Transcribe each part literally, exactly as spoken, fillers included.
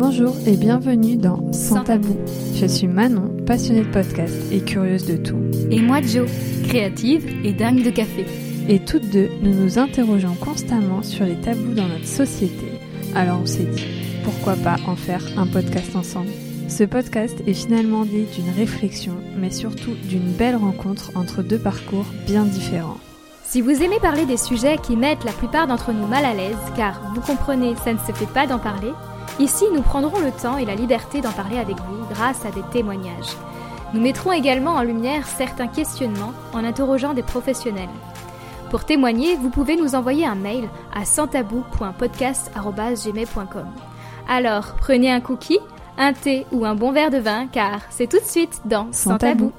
Bonjour et bienvenue dans Sans Tabou. Je suis Manon, passionnée de podcast et curieuse de tout. Et moi Jo, créative et dingue de café. Et toutes deux, nous nous interrogeons constamment sur les tabous dans notre société. Alors on s'est dit, pourquoi pas en faire un podcast ensemble ? Ce podcast est finalement né d'une réflexion, mais surtout d'une belle rencontre entre deux parcours bien différents. Si vous aimez parler des sujets qui mettent la plupart d'entre nous mal à l'aise, car vous comprenez, ça ne se fait pas d'en parler, ici nous prendrons le temps et la liberté d'en parler avec vous grâce à des témoignages. Nous mettrons également en lumière certains questionnements en interrogeant des professionnels. Pour témoigner, vous pouvez nous envoyer un mail à sans tabou point podcast arobase gmail point com. Alors, prenez un cookie, un thé ou un bon verre de vin, car c'est tout de suite dans Sans Tabou.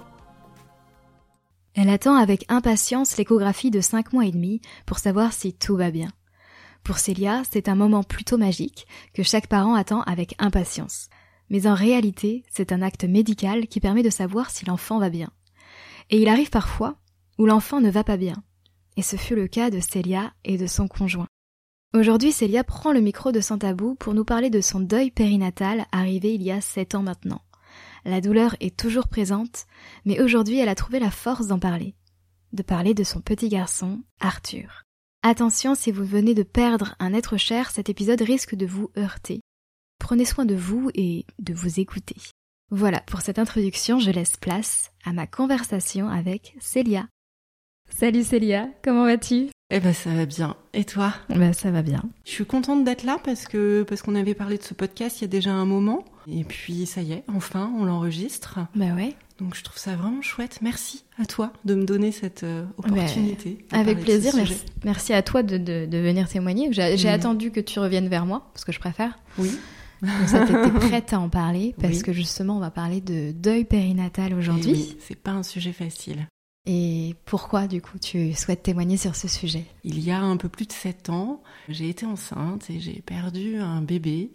Elle attend avec impatience l'échographie de cinq mois et demi pour savoir si tout va bien. Pour Célia, c'est un moment plutôt magique que chaque parent attend avec impatience. Mais en réalité, c'est un acte médical qui permet de savoir si l'enfant va bien. Et il arrive parfois où l'enfant ne va pas bien. Et ce fut le cas de Célia et de son conjoint. Aujourd'hui, Célia prend le micro de Sans Tabou pour nous parler de son deuil périnatal arrivé il y a sept ans maintenant. La douleur est toujours présente, mais aujourd'hui elle a trouvé la force d'en parler. De parler de son petit garçon, Arthur. Attention, si vous venez de perdre un être cher, cet épisode risque de vous heurter. Prenez soin de vous et de vous écouter. Voilà, pour cette introduction, je laisse place à ma conversation avec Célia. Salut Célia, comment vas-tu ? Eh ben ça va bien. Et toi ? Ben ça va bien. Je suis contente d'être là parce que parce qu'on avait parlé de ce podcast il y a déjà un moment. Et puis ça y est, enfin, on l'enregistre. Bah ouais. Donc je trouve ça vraiment chouette. Merci à toi de me donner cette euh, opportunité. Bah, avec plaisir. Merci, merci à toi de, de, de venir témoigner. J'ai, j'ai mmh. attendu que tu reviennes vers moi parce que je préfère. Oui. Comme ça, t'étais prête à en parler parce oui. que justement, on va parler de deuil périnatal aujourd'hui. Oui, c'est pas un sujet facile. Et pourquoi, du coup, tu souhaites témoigner sur ce sujet ? Il y a un peu plus de sept ans, j'ai été enceinte et j'ai perdu un bébé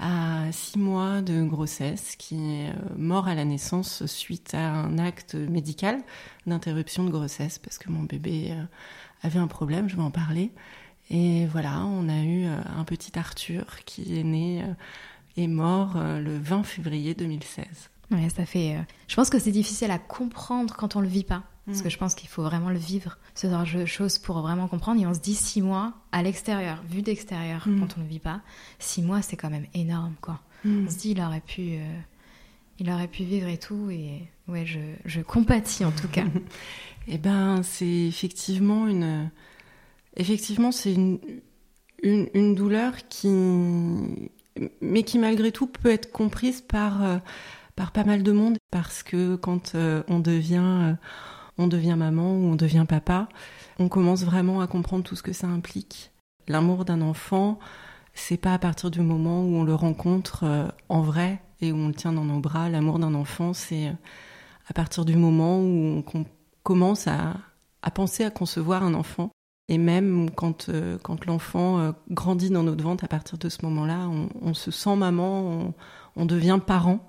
à six mois de grossesse qui est mort à la naissance suite à un acte médical d'interruption de grossesse parce que mon bébé avait un problème, je vais en parler. Et voilà, on a eu un petit Arthur qui est né et mort le vingt février deux mille seize. Ouais, ça fait. Euh... Je pense que c'est difficile à comprendre quand on le vit pas, parce mmh. que je pense qu'il faut vraiment le vivre, ce genre de choses pour vraiment comprendre. Et on se dit six mois à l'extérieur, vu d'extérieur, mmh. quand on le vit pas, six mois c'est quand même énorme, quoi. Mmh. On se dit il aurait pu, euh... il aurait pu vivre et tout, et ouais, je, je compatis en tout cas. Eh ben, c'est effectivement une, effectivement c'est une, une, une douleur qui, mais qui malgré tout peut être comprise par euh, par pas mal de monde, parce que quand euh, on devient euh, on devient maman ou on devient papa, on commence vraiment à comprendre tout ce que ça implique. L'amour d'un enfant, c'est pas à partir du moment où on le rencontre euh, en vrai et où on le tient dans nos bras. L'amour d'un enfant, c'est euh, à partir du moment où on com- commence à, à penser à concevoir un enfant. Et même quand, euh, quand l'enfant euh, grandit dans notre ventre, à partir de ce moment-là, on, on se sent maman, on, on devient parent.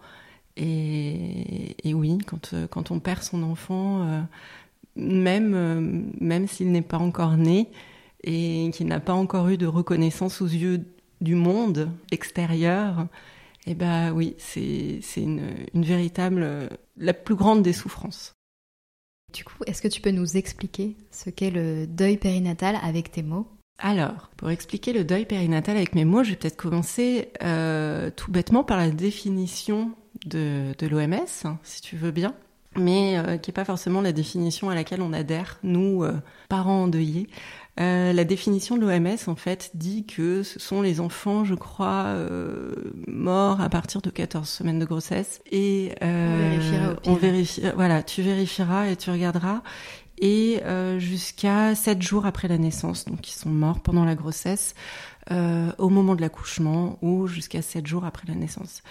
Et, et oui, quand, quand on perd son enfant, euh, même, euh, même s'il n'est pas encore né et qu'il n'a pas encore eu de reconnaissance aux yeux du monde extérieur, eh ben oui, c'est, c'est une, une véritable, la plus grande des souffrances. Du coup, est-ce que tu peux nous expliquer ce qu'est le deuil périnatal avec tes mots ? Alors, pour expliquer le deuil périnatal avec mes mots, je vais peut-être commencer euh, tout bêtement par la définition de, de l'O M S, si tu veux bien, mais euh, qui n'est pas forcément la définition à laquelle on adhère, nous, euh, parents endeuillés. Euh, la définition de l'O M S, en fait, dit que ce sont les enfants, je crois, euh, morts à partir de quatorze semaines de grossesse. Et euh, on vérifiera au pire. On vérifie, voilà, tu vérifieras et tu regarderas. Et euh, jusqu'à sept jours après la naissance, donc ils sont morts pendant la grossesse, euh, au moment de l'accouchement, ou jusqu'à sept jours après la naissance.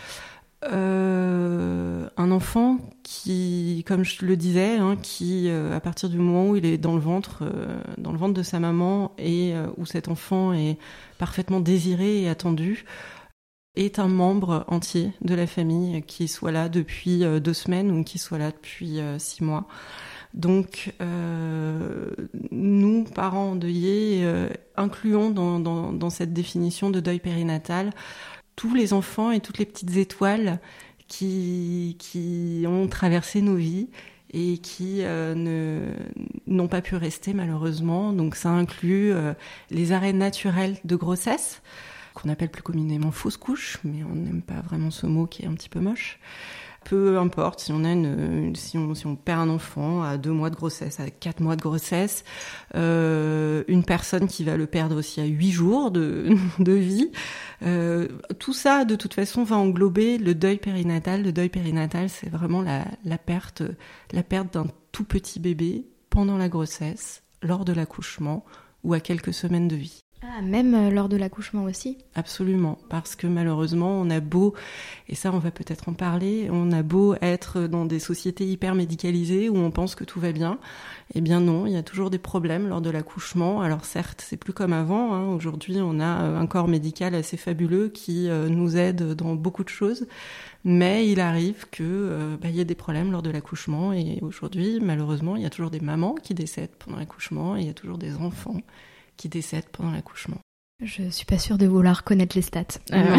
Euh, un enfant qui, comme je le disais, hein, qui euh, à partir du moment où il est dans le ventre, euh, dans le ventre de sa maman, et euh, où cet enfant est parfaitement désiré et attendu, est un membre entier de la famille, qui soit là depuis euh, deux semaines ou qui soit là depuis euh, six mois. Donc, euh, nous, parents endeuillés, euh, incluons dans, dans, dans cette définition de deuil périnatal tous les enfants et toutes les petites étoiles qui, qui ont traversé nos vies et qui euh, ne, n'ont pas pu rester malheureusement. Donc ça inclut euh, les arrêts naturels de grossesse, qu'on appelle plus communément fausse couche, mais on n'aime pas vraiment ce mot qui est un petit peu moche. Peu importe si on a une, une si on si on perd un enfant à deux mois de grossesse, à quatre mois de grossesse, euh, une personne qui va le perdre aussi à huit jours de de vie, euh, tout ça de toute façon va englober le deuil périnatal. Le deuil périnatal, c'est vraiment la la perte la perte d'un tout petit bébé pendant la grossesse, lors de l'accouchement ou à quelques semaines de vie. Ah, même euh, lors de l'accouchement aussi ? Absolument, parce que malheureusement, on a beau, et ça on va peut-être en parler, on a beau être dans des sociétés hyper médicalisées où on pense que tout va bien, eh bien non, il y a toujours des problèmes lors de l'accouchement. Alors certes, c'est plus comme avant, hein. Aujourd'hui on a un corps médical assez fabuleux qui euh, nous aide dans beaucoup de choses, mais il arrive que euh, bah, y ait des problèmes lors de l'accouchement, et aujourd'hui, malheureusement, il y a toujours des mamans qui décèdent pendant l'accouchement, et il y a toujours des enfants qui décèdent pendant l'accouchement. Je suis pas sûre de vouloir connaître les stats. Non,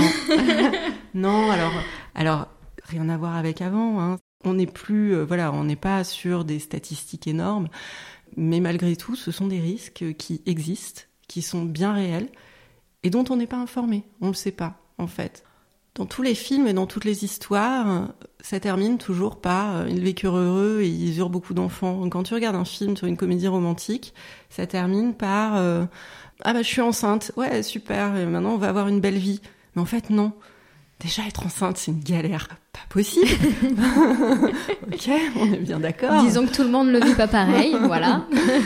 non alors, alors, rien à voir avec avant. Hein. On n'est plus, euh, voilà, on n'est pas sur des statistiques énormes, mais malgré tout, ce sont des risques qui existent, qui sont bien réels, et dont on n'est pas informé. On le sait pas, en fait. Dans tous les films et dans toutes les histoires, ça termine toujours par « ils vécurent heureux et ils eurent beaucoup d'enfants ». Quand tu regardes un film sur une comédie romantique, ça termine par euh, « ah bah je suis enceinte, ouais super, et maintenant on va avoir une belle vie ». Mais en fait non, déjà être enceinte c'est une galère, pas possible. Ok, on est bien d'accord. Disons que tout le monde ne le vit pas pareil, voilà.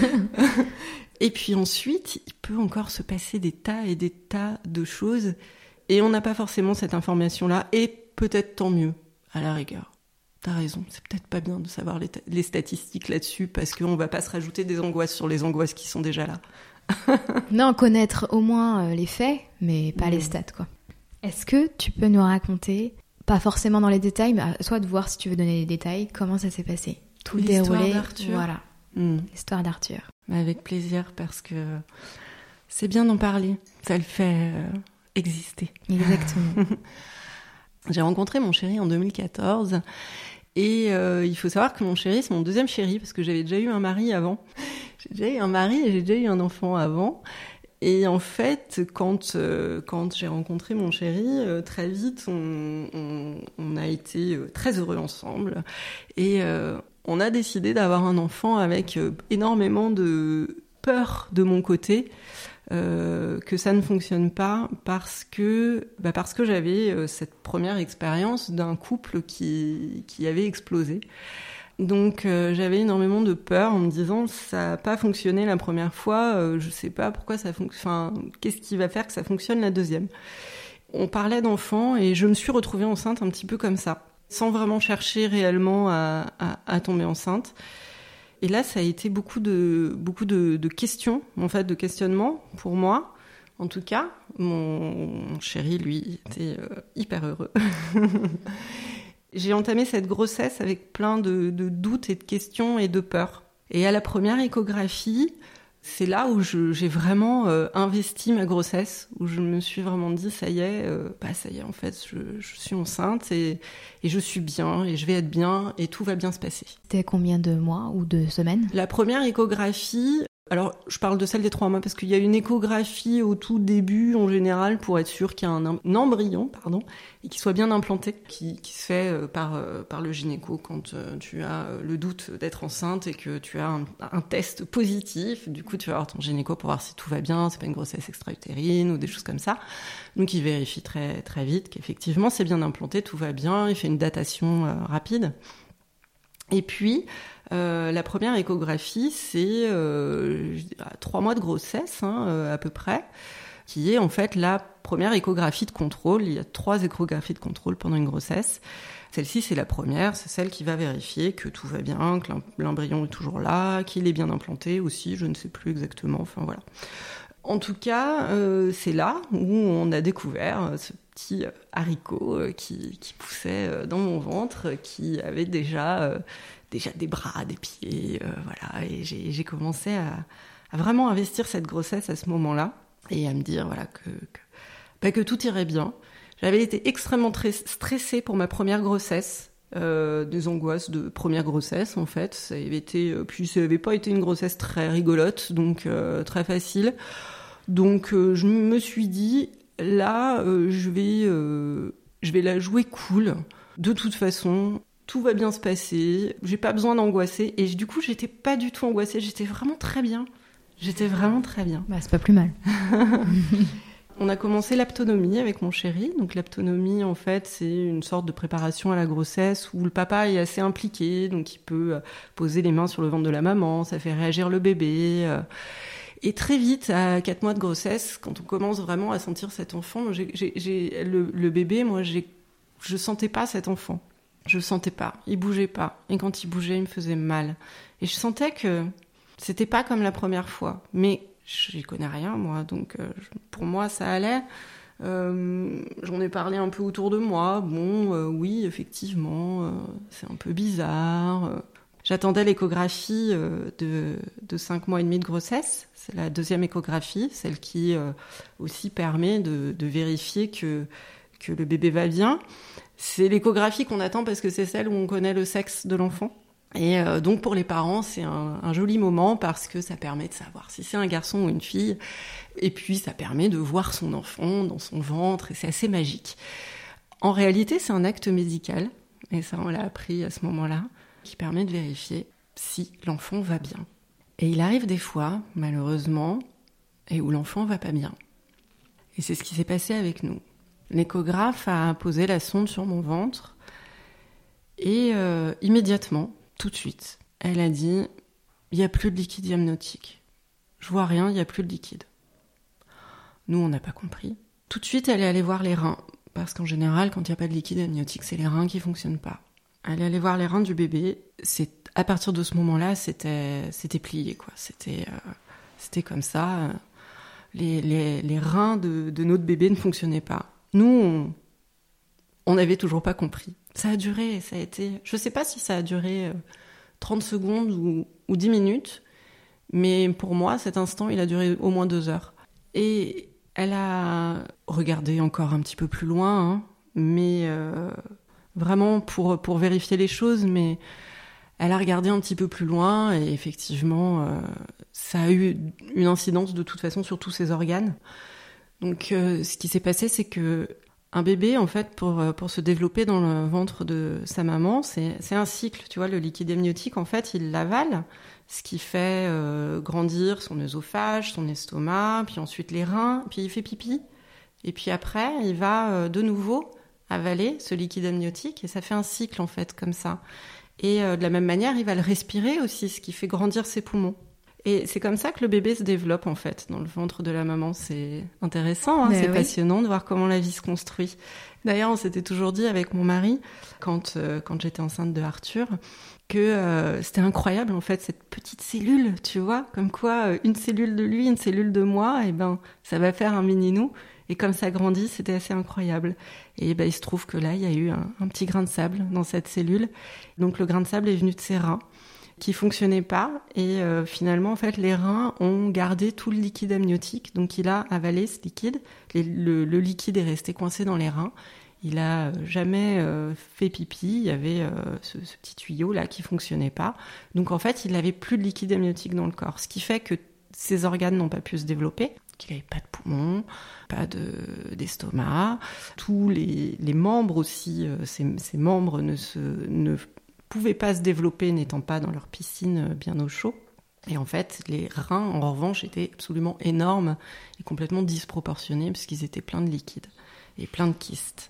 Et puis ensuite, il peut encore se passer des tas et des tas de choses. Et on n'a pas forcément cette information-là, et peut-être tant mieux, à la rigueur. T'as raison, c'est peut-être pas bien de savoir les, ta- les statistiques là-dessus, parce qu'on va pas se rajouter des angoisses sur les angoisses qui sont déjà là. Non, connaître au moins euh, les faits, mais pas mmh. les stats, quoi. Est-ce que tu peux nous raconter, pas forcément dans les détails, mais à toi de voir si tu veux donner les détails, comment ça s'est passé ? Tout le déroulé, d'Arthur. Voilà, mmh. L'histoire d'Arthur. Avec plaisir, parce que c'est bien d'en parler, ça le fait... Euh... exister. Exactement. J'ai rencontré mon chéri en deux mille quatorze et euh, il faut savoir que mon chéri, c'est mon deuxième chéri parce que j'avais déjà eu un mari avant. J'ai déjà eu un mari et j'ai déjà eu un enfant avant. Et en fait, quand, euh, quand j'ai rencontré mon chéri, euh, très vite, on, on, on a été euh, très heureux ensemble. Et euh, on a décidé d'avoir un enfant avec euh, énormément de peur de mon côté. Euh, que ça ne fonctionne pas parce que bah parce que j'avais euh, cette première expérience d'un couple qui qui avait explosé. Donc euh, j'avais énormément de peur en me disant ça n'a pas fonctionné la première fois, euh, je sais pas pourquoi ça fonctionne, enfin qu'est-ce qui va faire que ça fonctionne la deuxième. On parlait d'enfants et je me suis retrouvée enceinte un petit peu comme ça, sans vraiment chercher réellement à à, à tomber enceinte. Et là, ça a été beaucoup de, beaucoup de, de questions, en fait, de questionnements pour moi. En tout cas, mon, mon chéri, lui, était euh, hyper heureux. J'ai entamé cette grossesse avec plein de, de doutes et de questions et de peurs. Et à la première échographie, c'est là où je, j'ai vraiment euh, investi ma grossesse, où je me suis vraiment dit, ça y est, euh, bah ça y est, en fait, je, je suis enceinte et, et je suis bien, et je vais être bien, et tout va bien se passer. C'était combien de mois ou de semaines ? La première échographie, alors je parle de celle des trois mois, parce qu'il y a une échographie au tout début, en général, pour être sûr qu'il y a un, un embryon, pardon, et qu'il soit bien implanté, qui, qui se fait euh, par, euh, par le gynéco quand euh, tu as euh, le doute d'être enceinte et que tu as un, un test positif. Du coup, tu vas voir ton gynéco pour voir si tout va bien, c'est pas une grossesse extra-utérine ou des choses comme ça. Donc, il vérifie très, très vite qu'effectivement, c'est bien implanté, tout va bien, il fait une datation euh, rapide. Et puis, euh, la première échographie, c'est euh, trois mois de grossesse, hein, euh, à peu près, qui est en fait la première échographie de contrôle. Il y a trois échographies de contrôle pendant une grossesse. Celle-ci, c'est la première, c'est celle qui va vérifier que tout va bien, que l'embryon est toujours là, qu'il est bien implanté aussi, je ne sais plus exactement, enfin voilà. En tout cas, euh, c'est là où on a découvert ce petit haricot euh, qui, qui poussait euh, dans mon ventre, qui avait déjà, euh, déjà des bras, des pieds, euh, voilà. Et j'ai, j'ai commencé à, à vraiment investir cette grossesse à ce moment-là et à me dire voilà que, que, bah, que tout irait bien. J'avais été extrêmement très stressée pour ma première grossesse. Euh, des angoisses de première grossesse en fait. Ça avait été, puis ça n'avait pas été une grossesse très rigolote, donc euh, très facile. Donc euh, je me suis dit là, euh, je vais, euh, je vais la jouer cool. De toute façon, tout va bien se passer. J'ai pas besoin d'angoisser. Et du coup, j'étais pas du tout angoissée. J'étais vraiment très bien. J'étais vraiment très bien. Bah, c'est pas plus mal. On a commencé l'aptonomie avec mon chéri. Donc l'aptonomie, en fait, c'est une sorte de préparation à la grossesse où le papa est assez impliqué, donc il peut poser les mains sur le ventre de la maman, ça fait réagir le bébé. Et très vite, à quatre mois de grossesse, quand on commence vraiment à sentir cet enfant, j'ai, j'ai, j'ai, le, le bébé, moi, j'ai, je sentais pas cet enfant. Je le sentais pas. Il bougeait pas. Et quand il bougeait, il me faisait mal. Et je sentais que c'était pas comme la première fois. Mais j'y connais rien, moi, donc euh, pour moi, ça allait. Euh, j'en ai parlé un peu autour de moi. Bon, euh, oui, effectivement, euh, c'est un peu bizarre. Euh, j'attendais l'échographie euh, de, de cinq mois et demi de grossesse. C'est la deuxième échographie, celle qui euh, aussi permet de, de vérifier que, que le bébé va bien. C'est l'échographie qu'on attend parce que c'est celle où on connaît le sexe de l'enfant. Et euh, donc pour les parents, c'est un, un joli moment parce que ça permet de savoir si c'est un garçon ou une fille. Et puis ça permet de voir son enfant dans son ventre et c'est assez magique. En réalité, c'est un acte médical, et ça on l'a appris à ce moment-là, qui permet de vérifier si l'enfant va bien. Et il arrive des fois, malheureusement, et où l'enfant va pas bien. Et c'est ce qui s'est passé avec nous. L'échographe a posé la sonde sur mon ventre et euh, immédiatement, tout de suite, elle a dit « il n'y a plus de liquide amniotique. Je vois rien, il n'y a plus de liquide. » Nous, on n'a pas compris. Tout de suite, elle est allée voir les reins, parce qu'en général, quand il n'y a pas de liquide amniotique, c'est les reins qui ne fonctionnent pas. Elle est allée voir les reins du bébé. C'est, à partir de ce moment-là, c'était, c'était plié, quoi. C'était, euh, c'était comme ça. Les, les, les reins de, de notre bébé ne fonctionnaient pas. Nous, on n'avait toujours pas compris. Ça a duré, ça a été... Je ne sais pas si ça a duré trente secondes ou, ou dix minutes, mais pour moi, cet instant, il a duré au moins deux heures. Et elle a regardé encore un petit peu plus loin, hein, mais euh, vraiment pour, pour vérifier les choses, mais elle a regardé un petit peu plus loin et effectivement, euh, ça a eu une incidence de toute façon sur tous ses organes. Donc, euh, ce qui s'est passé, c'est que un bébé, en fait, pour, pour se développer dans le ventre de sa maman, c'est, c'est un cycle, tu vois, le liquide amniotique, en fait, il l'avale, ce qui fait euh, grandir son œsophage, son estomac, puis ensuite les reins, puis il fait pipi. Et puis après, il va euh, de nouveau avaler ce liquide amniotique, et ça fait un cycle, en fait, comme ça. Et euh, de la même manière, il va le respirer aussi, ce qui fait grandir ses poumons. Et c'est comme ça que le bébé se développe, en fait, dans le ventre de la maman. C'est intéressant, hein, c'est oui. Passionnant de voir comment la vie se construit. D'ailleurs, on s'était toujours dit avec mon mari, quand, euh, quand j'étais enceinte de Arthur, que euh, c'était incroyable, en fait, cette petite cellule, tu vois, comme quoi euh, une cellule de lui, une cellule de moi, et ben, ça va faire un mini-nous. Et comme ça grandit, c'était assez incroyable. Et ben, il se trouve que là, il y a eu un, un petit grain de sable dans cette cellule. Donc, le grain de sable est venu de ses reins, qui fonctionnait pas, et euh, finalement en fait les reins ont gardé tout le liquide amniotique, donc il a avalé ce liquide, les, le, le liquide est resté coincé dans les reins, il a jamais euh, fait pipi, il y avait euh, ce, ce petit tuyau là qui fonctionnait pas, donc en fait il n'avait plus de liquide amniotique dans le corps, ce qui fait que ses organes n'ont pas pu se développer, qu'il n'avait pas de poumons, pas de, d'estomac, tous les, les membres aussi, euh, ces, ces membres ne se... Ne, pouvaient pas se développer n'étant pas dans leur piscine bien au chaud. Et en fait, les reins, en revanche, étaient absolument énormes et complètement disproportionnés puisqu'ils étaient pleins de liquide et pleins de kystes.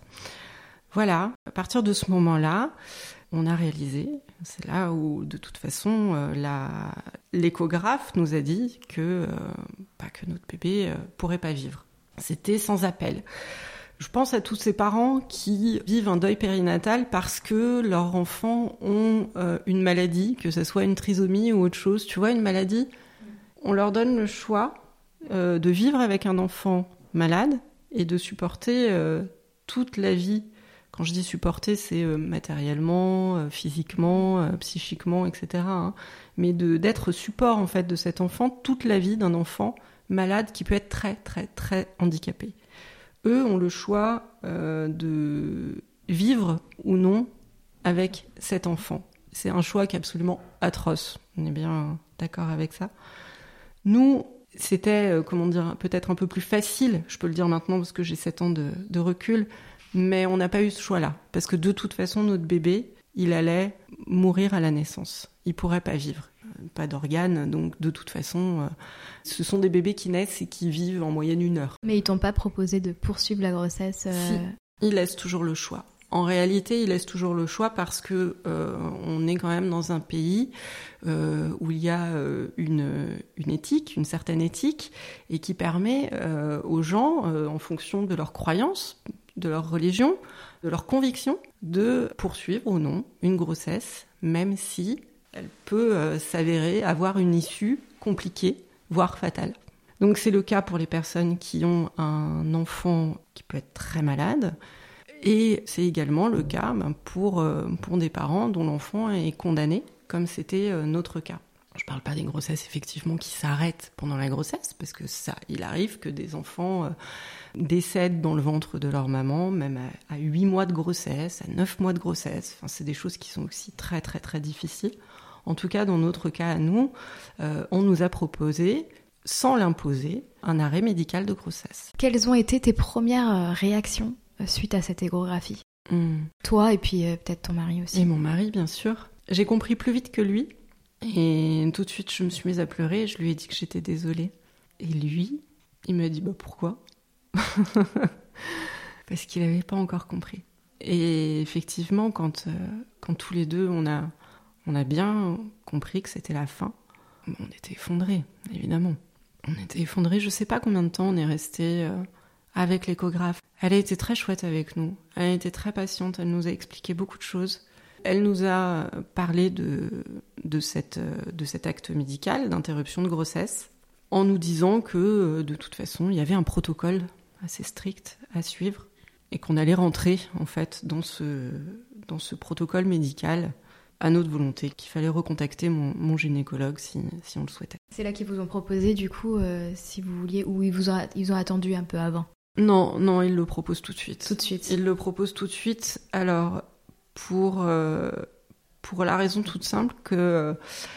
Voilà, à partir de ce moment-là, on a réalisé, c'est là où, de toute façon, euh, la, l'échographe nous a dit que, euh, bah, que notre bébé euh, pourrait pas vivre. C'était sans appel. Je pense à tous ces parents qui vivent un deuil périnatal parce que leurs enfants ont euh, une maladie, que ce soit une trisomie ou autre chose. Tu vois, une maladie, on leur donne le choix euh, de vivre avec un enfant malade et de supporter euh, toute la vie. Quand je dis supporter, c'est euh, matériellement, euh, physiquement, euh, psychiquement, et cetera. Hein. Mais de, d'être support en fait de cet enfant toute la vie d'un enfant malade qui peut être très, très, très handicapé. eux ont le choix euh, de vivre ou non avec cet enfant. C'est un choix qui est absolument atroce. On est bien d'accord avec ça. Nous, c'était, euh, comment dire, peut-être un peu plus facile, je peux le dire maintenant parce que j'ai sept ans de, de recul, mais on n'a pas eu ce choix-là. Parce que de toute façon, notre bébé, il allait mourir à la naissance. Il pourrait pas vivre. Pas d'organes, donc de toute façon, euh, ce sont des bébés qui naissent et qui vivent en moyenne une heure. Mais ils t'ont pas proposé de poursuivre la grossesse euh... Si, ils laissent toujours le choix. En réalité, ils laissent toujours le choix parce que euh, on est quand même dans un pays euh, où il y a euh, une, une éthique, une certaine éthique, et qui permet euh, aux gens, euh, en fonction de leurs croyances, de leur religion, de leurs convictions, de poursuivre ou non une grossesse, même si elle peut euh, s'avérer avoir une issue compliquée, voire fatale. Donc c'est le cas pour les personnes qui ont un enfant qui peut être très malade, et c'est également le cas ben, pour, euh, pour des parents dont l'enfant est condamné, comme c'était euh, notre cas. Je ne parle pas des grossesses effectivement qui s'arrêtent pendant la grossesse, parce que ça, il arrive que des enfants euh, décèdent dans le ventre de leur maman, même à, à huit mois de grossesse, à neuf mois de grossesse. Enfin, c'est des choses qui sont aussi très très très difficiles. En tout cas, dans notre cas à nous, euh, on nous a proposé, sans l'imposer, un arrêt médical de grossesse. Quelles ont été tes premières réactions suite à cette échographie ? mmh. Toi et puis euh, peut-être ton mari aussi. Et mon mari, bien sûr. J'ai compris plus vite que lui. Et tout de suite, je me suis mise à pleurer et je lui ai dit que j'étais désolée. Et lui, il m'a dit bah, « Pourquoi ?» Parce qu'il n'avait pas encore compris. Et effectivement, quand, euh, quand tous les deux, on a, on a bien compris que c'était la fin, on était effondrés, évidemment. On était effondrés. Je ne sais pas combien de temps on est restés euh, avec l'échographe. Elle a été très chouette avec nous. Elle a été très patiente. Elle nous a expliqué beaucoup de choses. Elle nous a parlé de, de, cette, de cet acte médical d'interruption de grossesse en nous disant que, de toute façon, il y avait un protocole assez strict à suivre et qu'on allait rentrer, en fait, dans ce, dans ce protocole médical à notre volonté, qu'il fallait recontacter mon, mon gynécologue si, si on le souhaitait. C'est là qu'ils vous ont proposé, du coup, euh, si vous vouliez, ou ils vous ont, ils ont attendu un peu avant ? Non, non, ils le proposent tout de suite. Tout de suite. Ils le proposent tout de suite. Alors... Pour, euh, pour la raison toute simple que euh,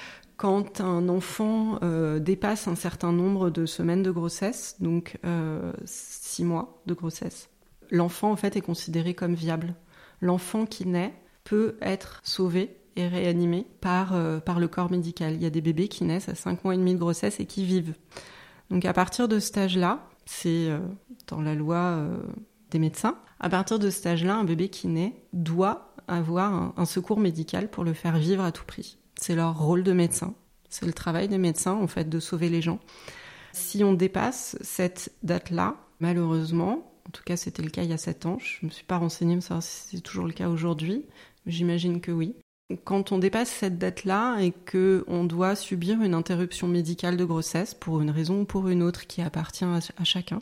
quand un enfant euh, dépasse un certain nombre de semaines de grossesse, donc euh, six mois de grossesse, l'enfant en fait est considéré comme viable. L'enfant qui naît peut être sauvé et réanimé par, euh, par le corps médical. Il y a des bébés qui naissent à cinq mois et demi de grossesse et qui vivent. Donc à partir de cet âge-là, c'est euh, dans la loi euh, des médecins, à partir de cet âge-là, un bébé qui naît doit avoir un, un secours médical pour le faire vivre à tout prix. C'est leur rôle de médecin. C'est le travail des médecins, en fait, de sauver les gens. Si on dépasse cette date-là, malheureusement, en tout cas c'était le cas il y a sept ans, je ne me suis pas renseignée pour savoir si c'est toujours le cas aujourd'hui, mais j'imagine que oui. Quand on dépasse cette date-là et qu'on doit subir une interruption médicale de grossesse pour une raison ou pour une autre qui appartient à, à chacun,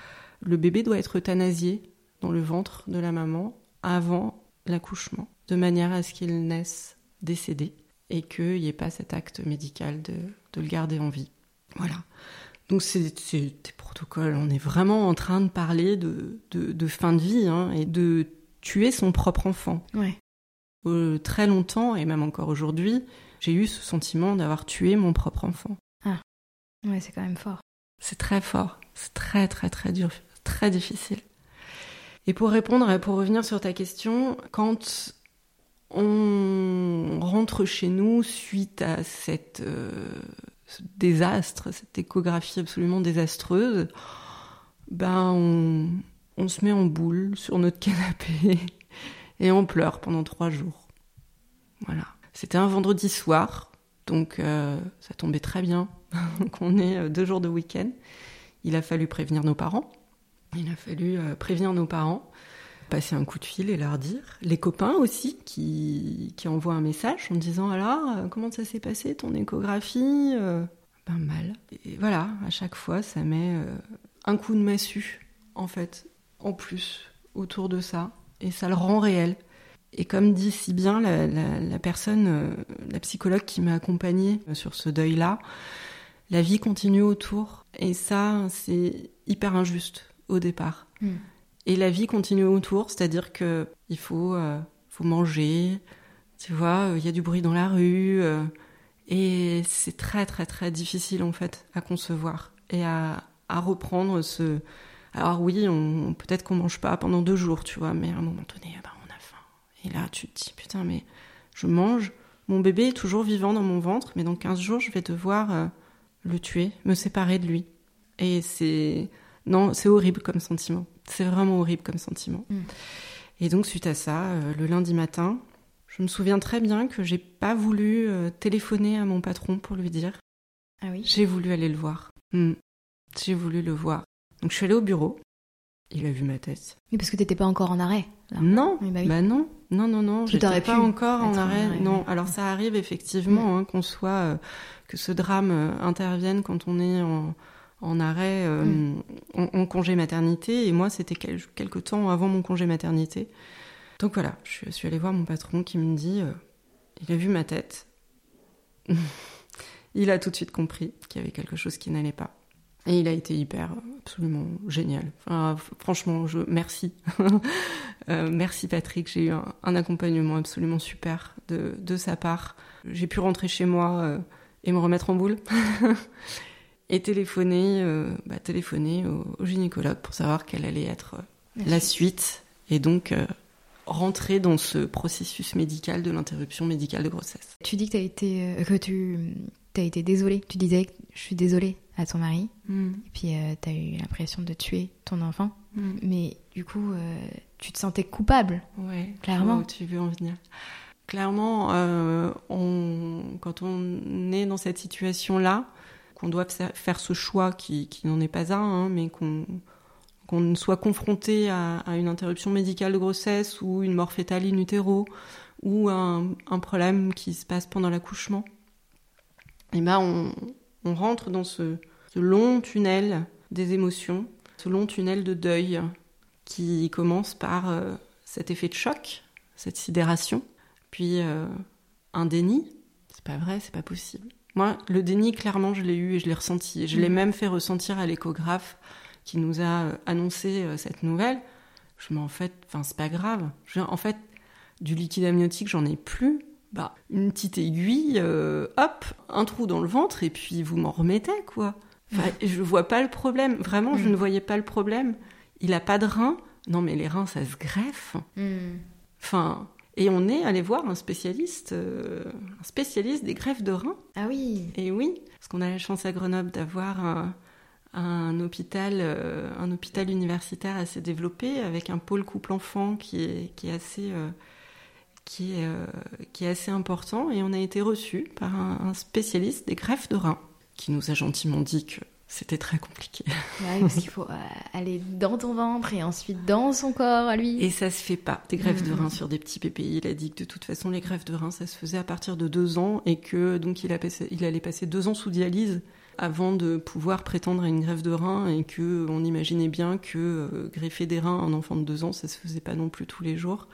le bébé doit être euthanasié dans le ventre de la maman avant l'accouchement, de manière à ce qu'il naisse décédé et qu'il n'y ait pas cet acte médical de, de le garder en vie. Voilà. Donc c'est, c'est des protocoles, on est vraiment en train de parler de, de, de fin de vie hein, et de tuer son propre enfant. Ouais. Euh, très longtemps, et même encore aujourd'hui, j'ai eu ce sentiment d'avoir tué mon propre enfant. Ah, ouais, c'est quand même fort. C'est très fort, c'est très très très dur, très difficile. Et pour répondre, pour revenir sur ta question, quand on rentre chez nous suite à cette, euh, ce désastre, cette échographie absolument désastreuse, ben on, on se met en boule sur notre canapé et on pleure pendant trois jours. Voilà. C'était un vendredi soir, donc euh, ça tombait très bien qu'on ait deux jours de week-end. Il a fallu prévenir nos parents. Il a fallu euh, prévenir nos parents, passer un coup de fil et leur dire. Les copains aussi qui, qui envoient un message en disant « Alors, euh, comment ça s'est passé ton échographie euh, ?» Ben mal. Et voilà, à chaque fois, ça met euh, un coup de massue, en fait, en plus, autour de ça. Et ça le rend réel. Et comme dit si bien la, la, la personne, euh, la psychologue qui m'a accompagnée sur ce deuil-là, la vie continue autour. Et ça, c'est hyper injuste. au départ. Mm. Et la vie continue autour, c'est-à-dire que il faut, euh, faut manger, tu vois, il y a du bruit dans la rue, euh, et c'est très très très difficile en fait à concevoir et à, à reprendre ce... Alors oui, on, peut-être qu'on mange pas pendant deux jours, tu vois, mais à un moment donné, bah, on a faim. Et là, tu te dis, putain, mais je mange, mon bébé est toujours vivant dans mon ventre, mais dans quinze jours, je vais devoir euh, le tuer, me séparer de lui. Et c'est... Non, c'est horrible comme sentiment. C'est vraiment horrible comme sentiment. Mm. Et donc, suite à ça, euh, le lundi matin, je me souviens très bien que j'ai pas voulu euh, téléphoner à mon patron pour lui dire. Ah oui. J'ai voulu aller le voir. Mm. J'ai voulu le voir. Donc, je suis allée au bureau. Il a vu ma tête. Oui, parce que t'étais pas encore en arrêt. Là. Non, oui, bah, oui. bah non, non, non, non. Tu j'étais pas encore en arrêt. en arrêt. Non, alors ça arrive effectivement mm. hein, qu'on soit, euh, que ce drame euh, intervienne quand on est en, en arrêt, euh, mm. en, en congé maternité. Et moi, c'était quel, quelque temps avant mon congé maternité. Donc voilà, je suis allée voir mon patron qui me dit, euh, il a vu ma tête. Il a tout de suite compris qu'il y avait quelque chose qui n'allait pas. Et il a été hyper, absolument génial. Enfin, franchement, je, merci. euh, merci Patrick, j'ai eu un, un accompagnement absolument super de, de sa part. J'ai pu rentrer chez moi euh, et me remettre en boule. Et téléphoner, euh, bah, téléphoner au, au gynécologue pour savoir quelle allait être euh, la suite. Et donc, euh, rentrer dans ce processus médical de l'interruption médicale de grossesse. Tu dis que tu as été, euh, que tu as été désolée. Tu disais que je suis désolée à ton mari. Mm. Et puis, euh, tu as eu l'impression de tuer ton enfant. Mm. Mais du coup, euh, tu te sentais coupable. Ouais, clairement. Oh, tu veux en venir. Clairement, euh, on, quand on est dans cette situation-là, qu'on doit faire ce choix qui, qui n'en est pas un, hein, mais qu'on, qu'on soit confronté à, à une interruption médicale de grossesse ou une mort fétale in utero ou un, un problème qui se passe pendant l'accouchement, et ben on, on rentre dans ce, ce long tunnel des émotions, ce long tunnel de deuil qui commence par euh, cet effet de choc, cette sidération, puis euh, un déni. C'est pas vrai, c'est pas possible. Moi, le déni, clairement, je l'ai eu et je l'ai ressenti. Et je l'ai mmh. même fait ressentir à l'échographe qui nous a annoncé euh, cette nouvelle. Je me dis, en fait, enfin, c'est pas grave. Je, en fait, du liquide amniotique, j'en ai plus. Bah, une petite aiguille, euh, hop, un trou dans le ventre, et puis vous m'en remettez, quoi. Enfin, mmh. Je vois pas le problème. Vraiment, mmh. je ne voyais pas le problème. Il a pas de reins. Non, mais les reins, ça se greffe. Mmh. Enfin... Et on est allé voir un spécialiste, euh, un spécialiste des greffes de reins. Ah oui. Et oui, parce qu'on a la chance à Grenoble d'avoir un, un hôpital, euh, un hôpital universitaire assez développé avec un pôle couple-enfant qui est qui est assez euh, qui est euh, qui est assez important. Et on a été reçus par un, un spécialiste des greffes de reins qui nous a gentiment dit que c'était très compliqué. Ouais, parce qu'il faut euh, aller dans ton ventre et ensuite dans son corps à lui. Et ça se fait pas, des greffes mmh. de reins sur des petits bébés. Il a dit que de toute façon, les greffes de reins, ça se faisait à partir de deux ans et que donc il, a passé, il allait passer deux ans sous dialyse avant de pouvoir prétendre à une greffe de reins et qu'on imaginait bien que euh, greffer des reins à un enfant de deux ans, ça se faisait pas non plus tous les jours.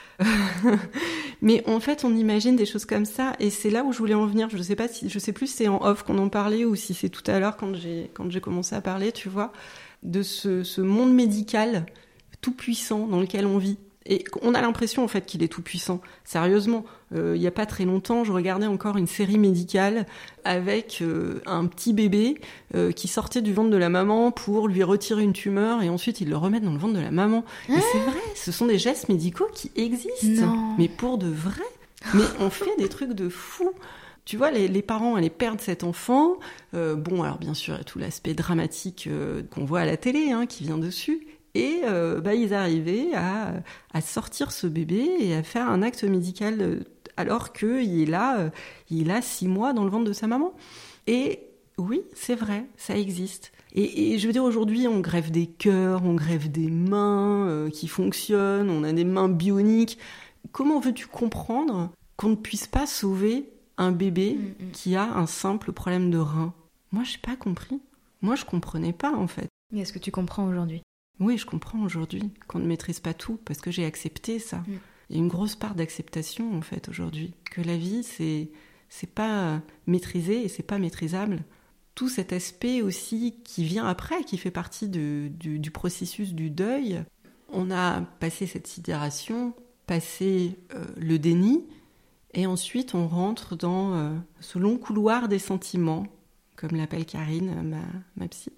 Mais en fait, on imagine des choses comme ça, et c'est là où je voulais en venir. Je sais pas si, je sais plus si c'est en off qu'on en parlait ou si c'est tout à l'heure quand j'ai quand j'ai commencé à parler, tu vois, de ce, ce monde médical tout puissant dans lequel on vit. Et on a l'impression en fait qu'il est tout puissant. Sérieusement, euh, il y a pas très longtemps, je regardais encore une série médicale avec euh, un petit bébé euh, qui sortait du ventre de la maman pour lui retirer une tumeur et ensuite ils le remettent dans le ventre de la maman. Hein? Et c'est vrai, ce sont des gestes médicaux qui existent, non. mais pour de vrai. Mais on fait des trucs de fou. Tu vois, les, les parents allaient perdre cet enfant. Euh, bon, alors bien sûr, il y a tout l'aspect dramatique euh, qu'on voit à la télé, hein, qui vient dessus. Et euh, bah, ils arrivaient à, à sortir ce bébé et à faire un acte médical euh, alors qu'il est là, euh, il a six mois dans le ventre de sa maman. Et oui, c'est vrai, ça existe. Et, et je veux dire, aujourd'hui, on greffe des cœurs, on greffe des mains euh, qui fonctionnent, on a des mains bioniques. Comment veux-tu comprendre qu'on ne puisse pas sauver un bébé mmh, qui a un simple problème de rein ? Moi, je n'ai pas compris. Moi, je ne comprenais pas, en fait. Mais est-ce que tu comprends aujourd'hui ? Oui, je comprends aujourd'hui qu'on ne maîtrise pas tout, parce que j'ai accepté ça. Mm. Il y a une grosse part d'acceptation, en fait, aujourd'hui. Que la vie, c'est, c'est pas maîtrisé et c'est pas maîtrisable. tout cet aspect aussi qui vient après, qui fait partie de, du, du processus du deuil. On a passé cette sidération, passé euh, le déni, et ensuite on rentre dans euh, ce long couloir des sentiments, comme l'appelle Karine, ma, ma psy.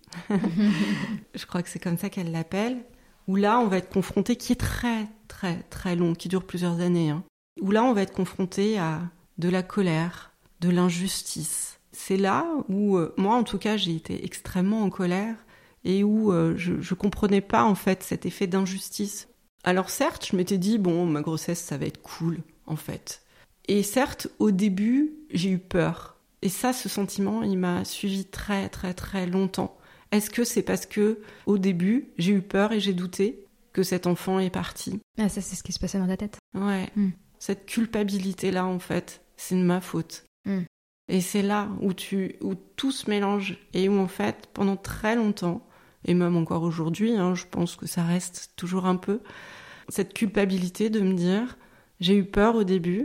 Je crois que c'est comme ça qu'elle l'appelle, où là on va être confronté, qui est très très très long, qui dure plusieurs années, hein, où là on va être confronté à de la colère, de l'injustice. C'est là où, euh, moi en tout cas, j'ai été extrêmement en colère et où euh, je, je comprenais pas en fait cet effet d'injustice. Alors certes, je m'étais dit, bon, ma grossesse, ça va être cool, en fait. Et certes, au début, j'ai eu peur. Et ça, ce sentiment, il m'a suivi très très très longtemps. Est-ce que c'est parce que, au début, j'ai eu peur et j'ai douté que cet enfant est parti ? Ah, ça, c'est ce qui se passait dans ta tête. Ouais. Mm. Cette culpabilité-là, en fait, c'est de ma faute. Mm. Et c'est là où, tu, où tout se mélange et où, en fait, pendant très longtemps, et même encore aujourd'hui, hein, je pense que ça reste toujours un peu, cette culpabilité de me dire, j'ai eu peur au début,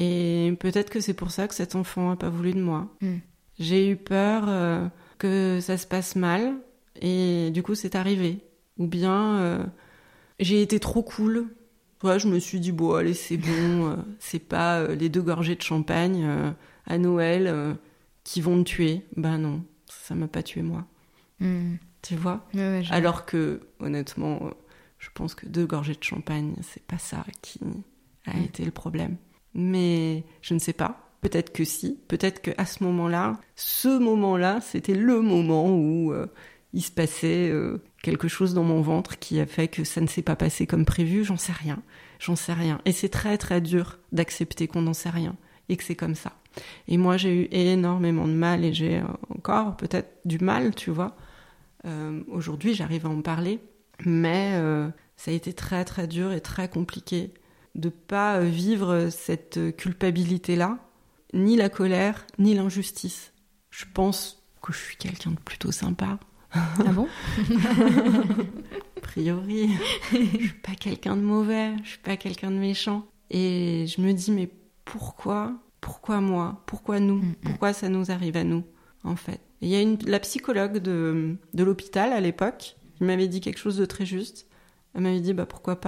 et peut-être que c'est pour ça que cet enfant n'a pas voulu de moi. Mm. J'ai eu peur euh, que ça se passe mal, et du coup, c'est arrivé. Ou bien, euh, j'ai été trop cool. Ouais, je me suis dit, bon, allez, c'est bon, euh, c'est pas euh, les deux gorgées de champagne... Euh, à Noël, euh, qui vont me tuer. Ben non, ça m'a pas tué moi. Mm. Tu vois ? Ouais, ouais, Alors que, honnêtement, euh, je pense que deux gorgées de champagne, c'est pas ça qui a mm. été le problème. Mais je ne sais pas. Peut-être que si. Peut-être qu'à ce moment-là, ce moment-là, c'était le moment où euh, il se passait euh, quelque chose dans mon ventre qui a fait que ça ne s'est pas passé comme prévu. J'en sais rien. J'en sais rien. Et c'est très, très dur d'accepter qu'on n'en sait rien et que c'est comme ça. Et moi, j'ai eu énormément de mal et j'ai encore peut-être du mal, tu vois. Euh, aujourd'hui, j'arrive à en parler, mais euh, ça a été très, très dur et très compliqué de pas vivre cette culpabilité-là, ni la colère, ni l'injustice. Je pense que je suis quelqu'un de plutôt sympa. Ah bon ? A priori, je suis pas quelqu'un de mauvais, je suis pas quelqu'un de méchant. Et je me dis, mais pourquoi ? Pourquoi moi ? Pourquoi nous ? mmh. Pourquoi ça nous arrive à nous, en fait ? Il y a une, la psychologue de, de l'hôpital, à l'époque, qui m'avait dit quelque chose de très juste. Elle m'avait dit, bah pourquoi pas ?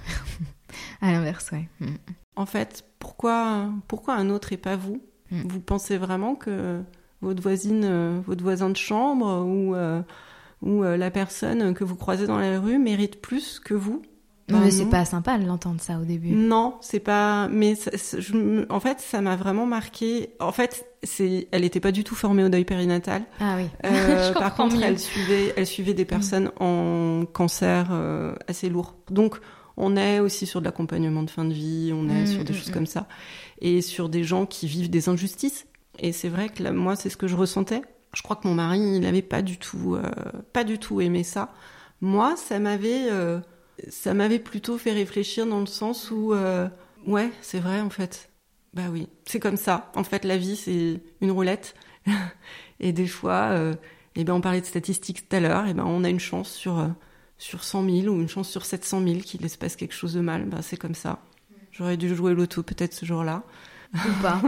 À l'inverse, ouais. Mmh. En fait, pourquoi, pourquoi un autre et pas vous ? mmh. Vous pensez vraiment que votre voisine, votre voisin de chambre ou, euh, ou euh, la personne que vous croisez dans la rue mérite plus que vous ? Non, mais c'est pas sympa de l'entendre ça au début. Non, c'est pas. Mais ça, je, en fait, ça m'a vraiment marqué. En fait, c'est, elle était pas du tout formée au deuil périnatal. Ah oui. Euh, je par contre, mieux. elle suivait, elle suivait des personnes mmh. en cancer euh, assez lourd. Donc, on est aussi sur de l'accompagnement de fin de vie, on est mmh, sur des mmh, choses mmh. comme ça, et sur des gens qui vivent des injustices. Et c'est vrai que là, moi, c'est ce que je ressentais. Je crois que mon mari, il avait pas du tout, euh, pas du tout aimé ça. Moi, ça m'avait. Euh, Ça m'avait plutôt fait réfléchir dans le sens où, euh, ouais, c'est vrai en fait. Bah oui, c'est comme ça. En fait, la vie, c'est une roulette. Et des fois, euh, eh ben, on parlait de statistiques tout à l'heure, et ben, on a une chance sur, euh, sur cent mille ou une chance sur sept cent mille qu'il se passe quelque chose de mal. Ben, c'est comme ça. J'aurais dû jouer l'auto peut-être ce jour-là. Ou pas.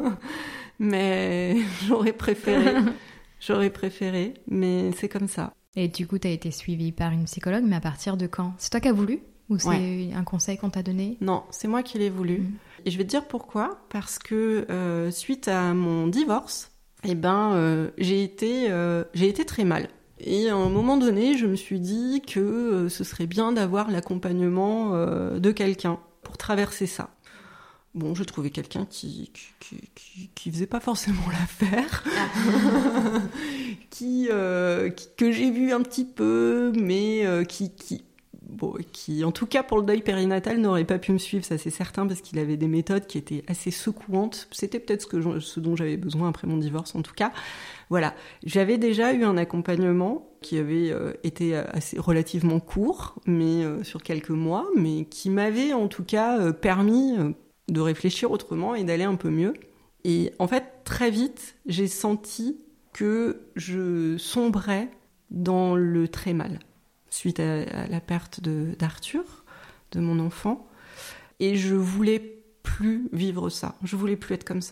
Mais j'aurais préféré. J'aurais préféré, mais c'est comme ça. Et du coup, tu as été suivie par une psychologue, mais à partir de quand ? C'est toi qui as voulu ? Ou c'est ouais. un conseil qu'on t'a donné ? Non, c'est moi qui l'ai voulu. Mmh. Et je vais te dire pourquoi. Parce que euh, suite à mon divorce, eh ben, euh, j'ai, été, euh, j'ai été très mal. Et à un moment donné, je me suis dit que euh, ce serait bien d'avoir l'accompagnement euh, de quelqu'un pour traverser ça. Bon, je trouvais quelqu'un qui, qui, qui, qui faisait pas forcément l'affaire, ah. qui, euh, qui, que j'ai vu un petit peu, mais euh, qui, qui, bon, qui, en tout cas pour le deuil périnatal, n'aurait pas pu me suivre, ça c'est certain, parce qu'il avait des méthodes qui étaient assez secouantes. C'était peut-être ce, que je, ce dont j'avais besoin après mon divorce, en tout cas. Voilà, j'avais déjà eu un accompagnement qui avait euh, été assez relativement court, mais euh, sur quelques mois, mais qui m'avait en tout cas euh, permis euh, de réfléchir autrement et d'aller un peu mieux. Et en fait, très vite, j'ai senti que je sombrais dans le très mal, suite à, à la perte de, d'Arthur, de mon enfant. Et je voulais plus vivre ça. Je voulais plus être comme ça.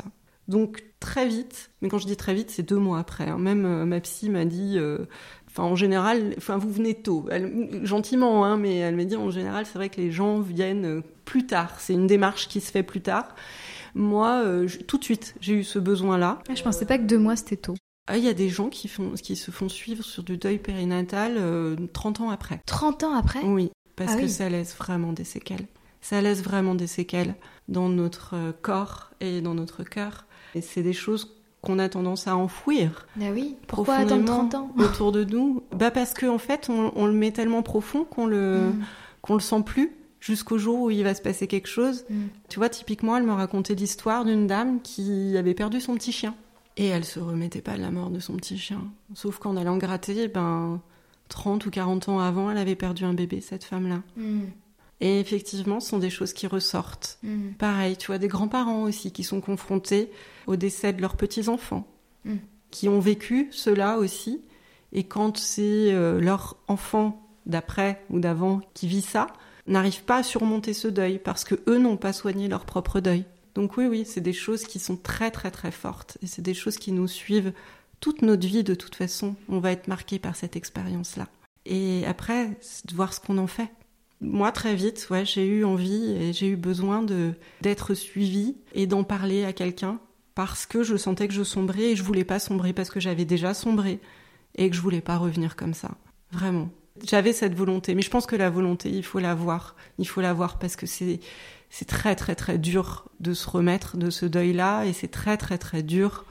Donc très vite, mais quand je dis très vite, c'est deux mois après. Hein. Même euh, ma psy m'a dit, euh, enfin en général, enfin vous venez tôt, elle, gentiment, hein, mais elle m'a dit en général, c'est vrai que les gens viennent plus tard. C'est une démarche qui se fait plus tard. Moi, euh, je, tout de suite, j'ai eu ce besoin-là. Ah, je pensais pas que deux mois c'était tôt. Ah, il y a des gens qui, font, qui se font suivre sur du deuil périnatal euh, trente ans après. trente ans après ? Oui, parce ah, que oui. ça laisse vraiment des séquelles. Ça laisse vraiment des séquelles dans notre corps et dans notre cœur. Et c'est des choses qu'on a tendance à enfouir. Ah oui, pourquoi attendre trente ans autour de nous ? Bah parce qu'en en fait, on, on le met tellement profond qu'on le, mm. qu'on le sent plus jusqu'au jour où il va se passer quelque chose. Mm. Tu vois, typiquement, elle me racontait l'histoire d'une dame qui avait perdu son petit chien. Et elle se remettait pas de la mort de son petit chien. Sauf qu'en allant gratter, ben, trente ou quarante ans avant, elle avait perdu un bébé, cette femme-là. Mm. Et effectivement, ce sont des choses qui ressortent. Mm. Pareil, tu vois, des grands-parents aussi qui sont confrontés au décès de leurs petits-enfants, mm. qui ont vécu cela aussi. Et quand c'est euh, leur enfant d'après ou d'avant qui vit ça, n'arrivent pas à surmonter ce deuil parce qu'eux n'ont pas soigné leur propre deuil. Donc oui, oui, c'est des choses qui sont très, très, très fortes. Et c'est des choses qui nous suivent toute notre vie de toute façon. On va être marqué par cette expérience-là. Et après, c'est de voir ce qu'on en fait. Moi, très vite, ouais, j'ai eu envie et j'ai eu besoin de, d'être suivie et d'en parler à quelqu'un parce que je sentais que je sombrais et je voulais pas sombrer parce que j'avais déjà sombré et que je voulais pas revenir comme ça. Vraiment. J'avais cette volonté, mais je pense que la volonté, il faut l'avoir. Il faut l'avoir parce que c'est, c'est très, très, très dur de se remettre de ce deuil-là et c'est très, très, très dur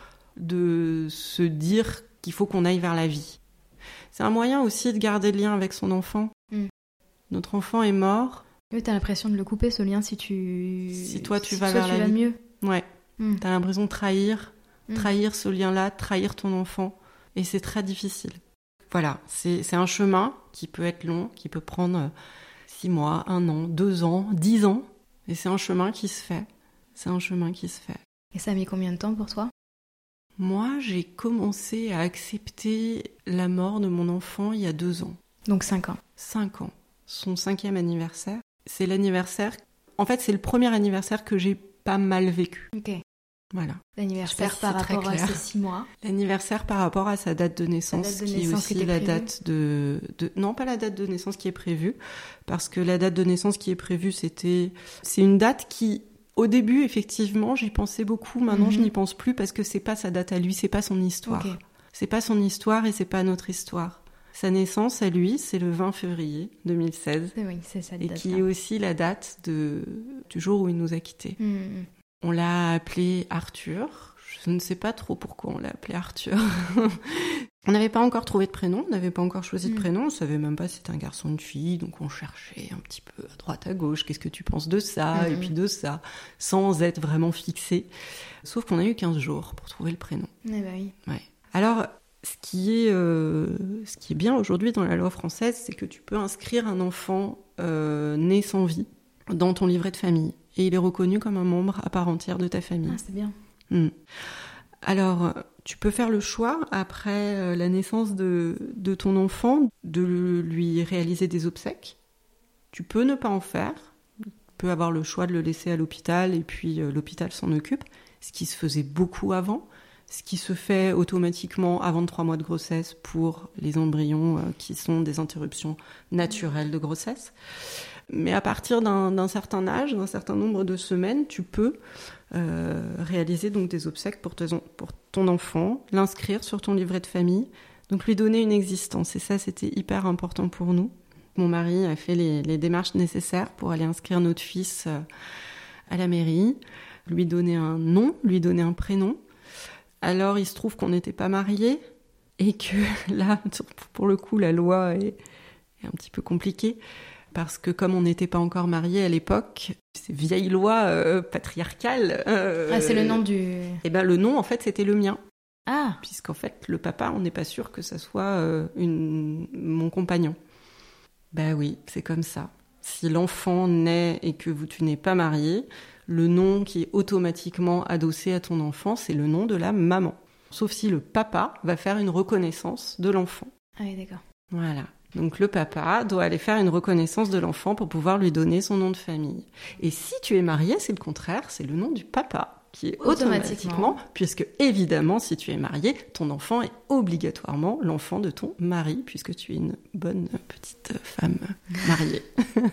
de se dire qu'il faut qu'on aille vers la vie. C'est un moyen aussi de garder le lien avec son enfant. Mm. Notre enfant est mort. Oui, t'as l'impression de le couper, ce lien, si tu... Si toi, tu si vas toi, vers tu la vas vie. mieux. Ouais. Mm. T'as l'impression de trahir, mm. trahir ce lien-là, trahir ton enfant. Et c'est très difficile. Voilà, c'est, c'est un chemin qui peut être long, qui peut prendre six mois, un an, deux ans, dix ans. Et c'est un chemin qui se fait. C'est un chemin qui se fait. Et ça a mis combien de temps pour toi ? Moi, j'ai commencé à accepter la mort de mon enfant il y a deux ans. Donc cinq ans. Cinq ans. Son cinquième anniversaire. C'est l'anniversaire... En fait, c'est le premier anniversaire que j'ai pas mal vécu. Ok. Voilà. L'anniversaire par rapport à ses six mois. L'anniversaire par rapport à sa date de naissance, date de qui naissance est aussi la date de, de... Non, pas la date de naissance qui est prévue, parce que la date de naissance qui est prévue, c'était... C'est une date qui... Au début, effectivement, j'y pensais beaucoup. Maintenant, mm-hmm. je n'y pense plus parce que c'est pas sa date à lui, c'est pas son histoire. Okay. C'est pas son histoire et c'est pas notre histoire. Sa naissance à lui, c'est le vingt février deux mille seize. Oui, c'est cette et date-là. qui est aussi la date de... du jour où il nous a quittés. Mm-hmm. On l'a appelé Arthur. Je ne sais pas trop pourquoi on l'a appelé Arthur. On n'avait pas encore trouvé de prénom, on n'avait pas encore choisi de prénom, on ne savait même pas si c'était un garçon ou une fille, donc on cherchait un petit peu à droite, à gauche, qu'est-ce que tu penses de ça, mm-hmm. et puis de ça, sans être vraiment fixé. Sauf qu'on a eu quinze jours pour trouver le prénom. Eh ben oui. Ouais. Alors, ce qui est, euh, ce qui est bien aujourd'hui dans la loi française, c'est que tu peux inscrire un enfant euh, né sans vie dans ton livret de famille. Et il est reconnu comme un membre à part entière de ta famille. Ah, c'est bien. Mmh. Alors, tu peux faire le choix, après la naissance de, de ton enfant, de lui réaliser des obsèques. Tu peux ne pas en faire. Tu peux avoir le choix de le laisser à l'hôpital, et puis euh, l'hôpital s'en occupe. Ce qui se faisait beaucoup avant. Ce qui se fait automatiquement avant trois mois de grossesse pour les embryons euh, qui sont des interruptions naturelles de grossesse. Mais à partir d'un, d'un certain âge, d'un certain nombre de semaines, tu peux euh, réaliser donc des obsèques pour, te, pour ton enfant, l'inscrire sur ton livret de famille, donc lui donner une existence. Et ça, c'était hyper important pour nous. Mon mari a fait les, les démarches nécessaires pour aller inscrire notre fils euh, à la mairie, lui donner un nom, lui donner un prénom. Alors, il se trouve qu'on n'était pas mariés et que là, pour le coup, la loi est, est un petit peu compliquée. Parce que comme on n'était pas encore mariés à l'époque, ces vieilles lois euh, patriarcales... Euh, ah, c'est le nom du... Eh bien, le nom, en fait, c'était le mien. Ah. Puisqu'en fait, le papa, on n'est pas sûr que ça soit euh, une... mon compagnon. Ben oui, c'est comme ça. Si l'enfant naît et que vous, tu n'es pas marié, le nom qui est automatiquement adossé à ton enfant, c'est le nom de la maman. Sauf si le papa va faire une reconnaissance de l'enfant. Ah oui, d'accord. Voilà. Donc le papa doit aller faire une reconnaissance de l'enfant pour pouvoir lui donner son nom de famille. Et si tu es marié, c'est le contraire, c'est le nom du papa qui est automatiquement, automatiquement, puisque évidemment, si tu es marié, ton enfant est obligatoirement l'enfant de ton mari, puisque tu es une bonne petite femme mariée.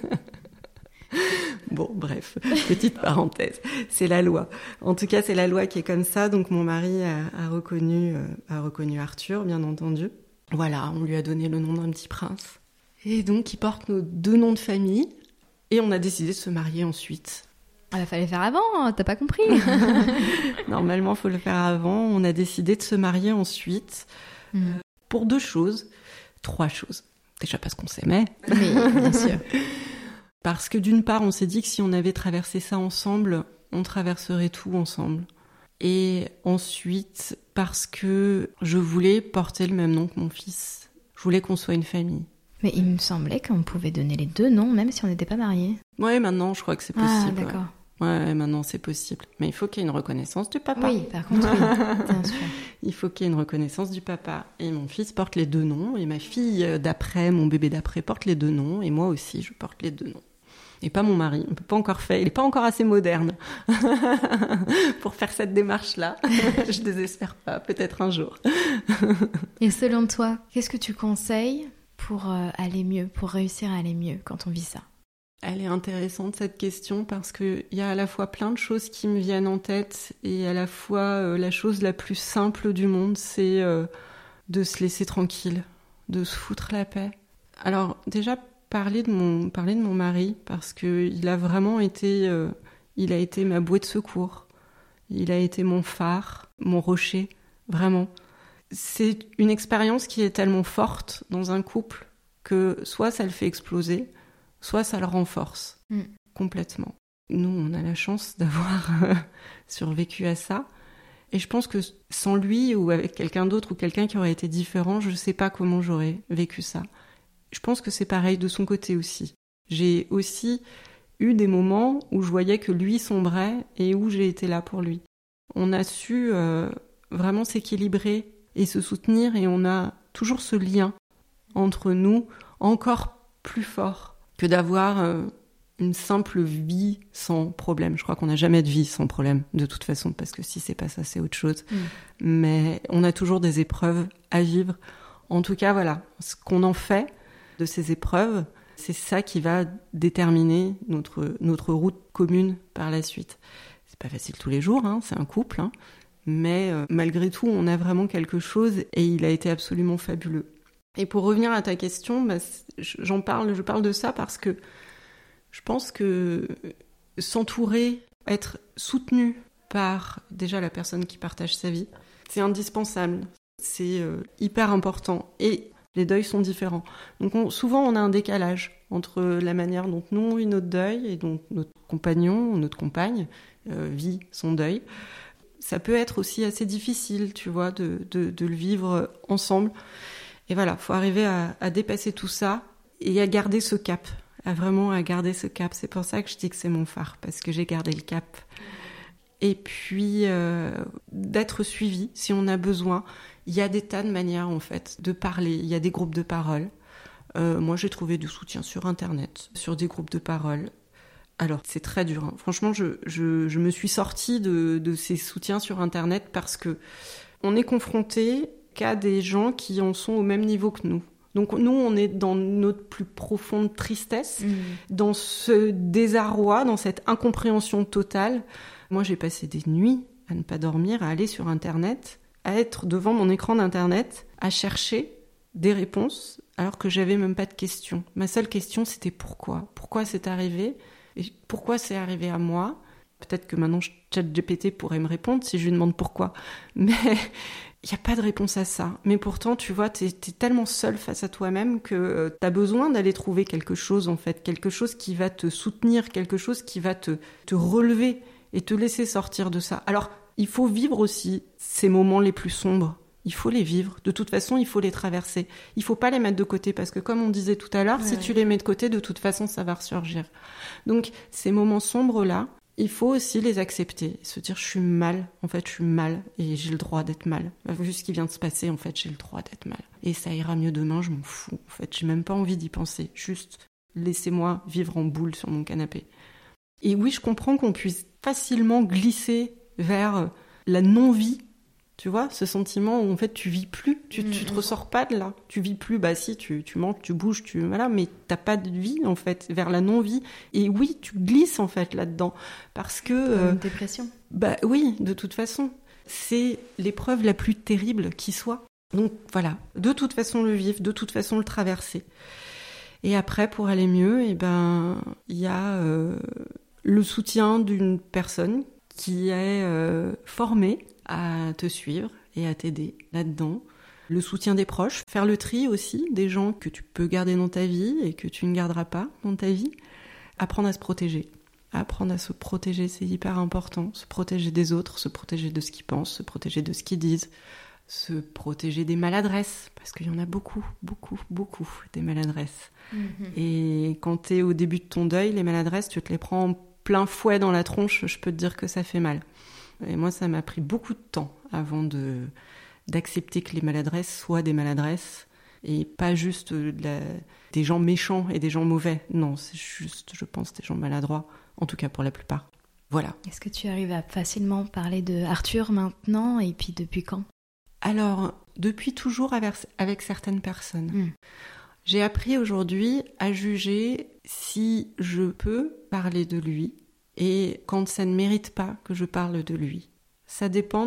Bon, bref, petite parenthèse, c'est la loi. En tout cas, c'est la loi qui est comme ça, donc mon mari a, a, reconnu, euh, a reconnu Arthur, bien entendu. Voilà, on lui a donné le nom d'un petit prince. Et donc, il porte nos deux noms de famille, et on a décidé de se marier ensuite. Ah bah, fallait faire avant, t'as pas compris. Normalement, il faut le faire avant. On a décidé de se marier ensuite mmh. euh, pour deux choses, trois choses. Déjà parce qu'on s'aimait. Oui, bien sûr. Parce que d'une part, on s'est dit que si on avait traversé ça ensemble, on traverserait tout ensemble. Et ensuite, parce que je voulais porter le même nom que mon fils. Je voulais qu'on soit une famille. Mais il me semblait qu'on pouvait donner les deux noms, même si on n'était pas mariés. Ouais, maintenant, je crois que c'est possible. Ah, d'accord. Ouais. Ouais, maintenant c'est possible. Mais il faut qu'il y ait une reconnaissance du papa. Oui, par contre, oui, bien sûr. Il faut qu'il y ait une reconnaissance du papa. Et mon fils porte les deux noms, et ma fille d'après, mon bébé d'après, porte les deux noms, et moi aussi, je porte les deux noms. Et pas mon mari, on peut pas encore faire, il n'est pas encore assez moderne pour faire cette démarche-là. Je désespère pas, peut-être un jour. Et selon toi, qu'est-ce que tu conseilles pour aller mieux, pour réussir à aller mieux quand on vit ça ? Elle est intéressante cette question parce qu'il y a à la fois plein de choses qui me viennent en tête et à la fois euh, la chose la plus simple du monde, c'est euh, de se laisser tranquille, de se foutre la paix. Alors déjà parler de mon, parler de mon mari parce qu'il a vraiment été, euh, il a été ma bouée de secours, il a été mon phare, mon rocher, vraiment. C'est une expérience qui est tellement forte dans un couple que soit ça le fait exploser, soit ça le renforce mm. complètement. Nous, on a la chance d'avoir euh, survécu à ça. Et je pense que sans lui ou avec quelqu'un d'autre ou quelqu'un qui aurait été différent, je ne sais pas comment j'aurais vécu ça. Je pense que c'est pareil de son côté aussi. J'ai aussi eu des moments où je voyais que lui sombrait et où j'ai été là pour lui. On a su euh, vraiment s'équilibrer et se soutenir et on a toujours ce lien entre nous encore plus fort que d'avoir euh, une simple vie sans problème. Je crois qu'on n'a jamais de vie sans problème, de toute façon, parce que si c'est pas ça, c'est autre chose. Mmh. Mais on a toujours des épreuves à vivre. En tout cas, voilà, ce qu'on en fait de ces épreuves, c'est ça qui va déterminer notre, notre route commune par la suite. C'est pas facile tous les jours, hein, c'est un couple, hein, mais euh, malgré tout, on a vraiment quelque chose et il a été absolument fabuleux. Et pour revenir à ta question, bah, j'en parle, je parle de ça parce que je pense que s'entourer, être soutenu par déjà la personne qui partage sa vie, c'est indispensable, c'est euh, hyper important. Et les deuils sont différents. Donc on, souvent on a un décalage entre la manière dont nous on vit notre deuil et dont notre compagnon ou notre compagne euh, vit son deuil. Ça peut être aussi assez difficile, tu vois, de, de, de le vivre ensemble. Et voilà, il faut arriver à, à dépasser tout ça et à garder ce cap, à vraiment à garder ce cap. C'est pour ça que je dis que c'est mon phare, parce que j'ai gardé le cap. Et puis, euh, d'être suivi si on a besoin. Il y a des tas de manières, en fait, de parler. Il y a des groupes de parole. Euh, moi, j'ai trouvé du soutien sur Internet, sur des groupes de parole. Alors, c'est très dur. Hein. Franchement, je, je, je me suis sortie de, de ces soutiens sur Internet parce que on est confronté qu'à des gens qui en sont au même niveau que nous. Donc nous, on est dans notre plus profonde tristesse, mmh. dans ce désarroi, dans cette incompréhension totale. Moi, j'ai passé des nuits à ne pas dormir, à aller sur Internet, à être devant mon écran d'Internet, à chercher des réponses, alors que j'avais même pas de questions. Ma seule question, c'était pourquoi ? Pourquoi c'est arrivé ? Et pourquoi c'est arrivé à moi ? Peut-être que maintenant, ChatGPT pourrait me répondre si je lui demande pourquoi. Mais il n'y a pas de réponse à ça. Mais pourtant, tu vois, t'es, t'es tellement seul face à toi-même que euh, t'as besoin d'aller trouver quelque chose, en fait. Quelque chose qui va te soutenir, quelque chose qui va te, te relever et te laisser sortir de ça. Alors, il faut vivre aussi ces moments les plus sombres. Il faut les vivre. De toute façon, il faut les traverser. Il ne faut pas les mettre de côté parce que, comme on disait tout à l'heure, ouais. si tu les mets de côté, de toute façon, ça va ressurgir. Donc, ces moments sombres-là, il faut aussi les accepter, se dire je suis mal, en fait je suis mal et j'ai le droit d'être mal. Vu ce qui vient de se passer, en fait j'ai le droit d'être mal. Et ça ira mieux demain, je m'en fous. En fait, j'ai même pas envie d'y penser. Juste laissez-moi vivre en boule sur mon canapé. Et oui, je comprends qu'on puisse facilement glisser vers la non-vie. Tu vois, ce sentiment où en fait tu vis plus, tu, mmh. tu te ressors pas de là. Tu vis plus, bah si, tu, tu manques, tu bouges, tu voilà, mais t'as pas de vie en fait, vers la non-vie. Et oui, tu glisses en fait là-dedans. Parce que. Comme euh, une dépression. Bah oui, de toute façon. C'est l'épreuve la plus terrible qui soit. Donc voilà, de toute façon le vivre, de toute façon le traverser. Et après, pour aller mieux, eh ben, il y a euh, le soutien d'une personne qui est euh, formée à te suivre et à t'aider là-dedans. Le soutien des proches, faire le tri aussi des gens que tu peux garder dans ta vie et que tu ne garderas pas dans ta vie. Apprendre à se protéger. Apprendre à se protéger, c'est hyper important. Se protéger des autres, se protéger de ce qu'ils pensent, se protéger de ce qu'ils disent, se protéger des maladresses, parce qu'il y en a beaucoup, beaucoup, beaucoup, des maladresses. Mmh. Et quand t'es au début de ton deuil, les maladresses, tu te les prends en plein fouet dans la tronche, je peux te dire que ça fait mal. Et moi, ça m'a pris beaucoup de temps avant de, d'accepter que les maladresses soient des maladresses et pas juste de la, des gens méchants et des gens mauvais. Non, c'est juste, je pense, des gens maladroits, en tout cas pour la plupart. Voilà. Est-ce que tu arrives à facilement parler de Arthur maintenant et puis depuis quand ? Alors, depuis toujours avec, avec certaines personnes. Mmh. J'ai appris aujourd'hui à juger si je peux parler de lui et quand ça ne mérite pas que je parle de lui. Ça dépend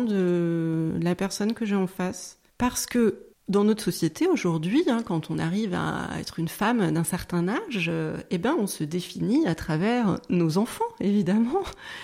de la personne que j'ai en face. Parce que dans notre société aujourd'hui, hein, quand on arrive à être une femme d'un certain âge, euh, eh ben, on se définit à travers nos enfants, évidemment.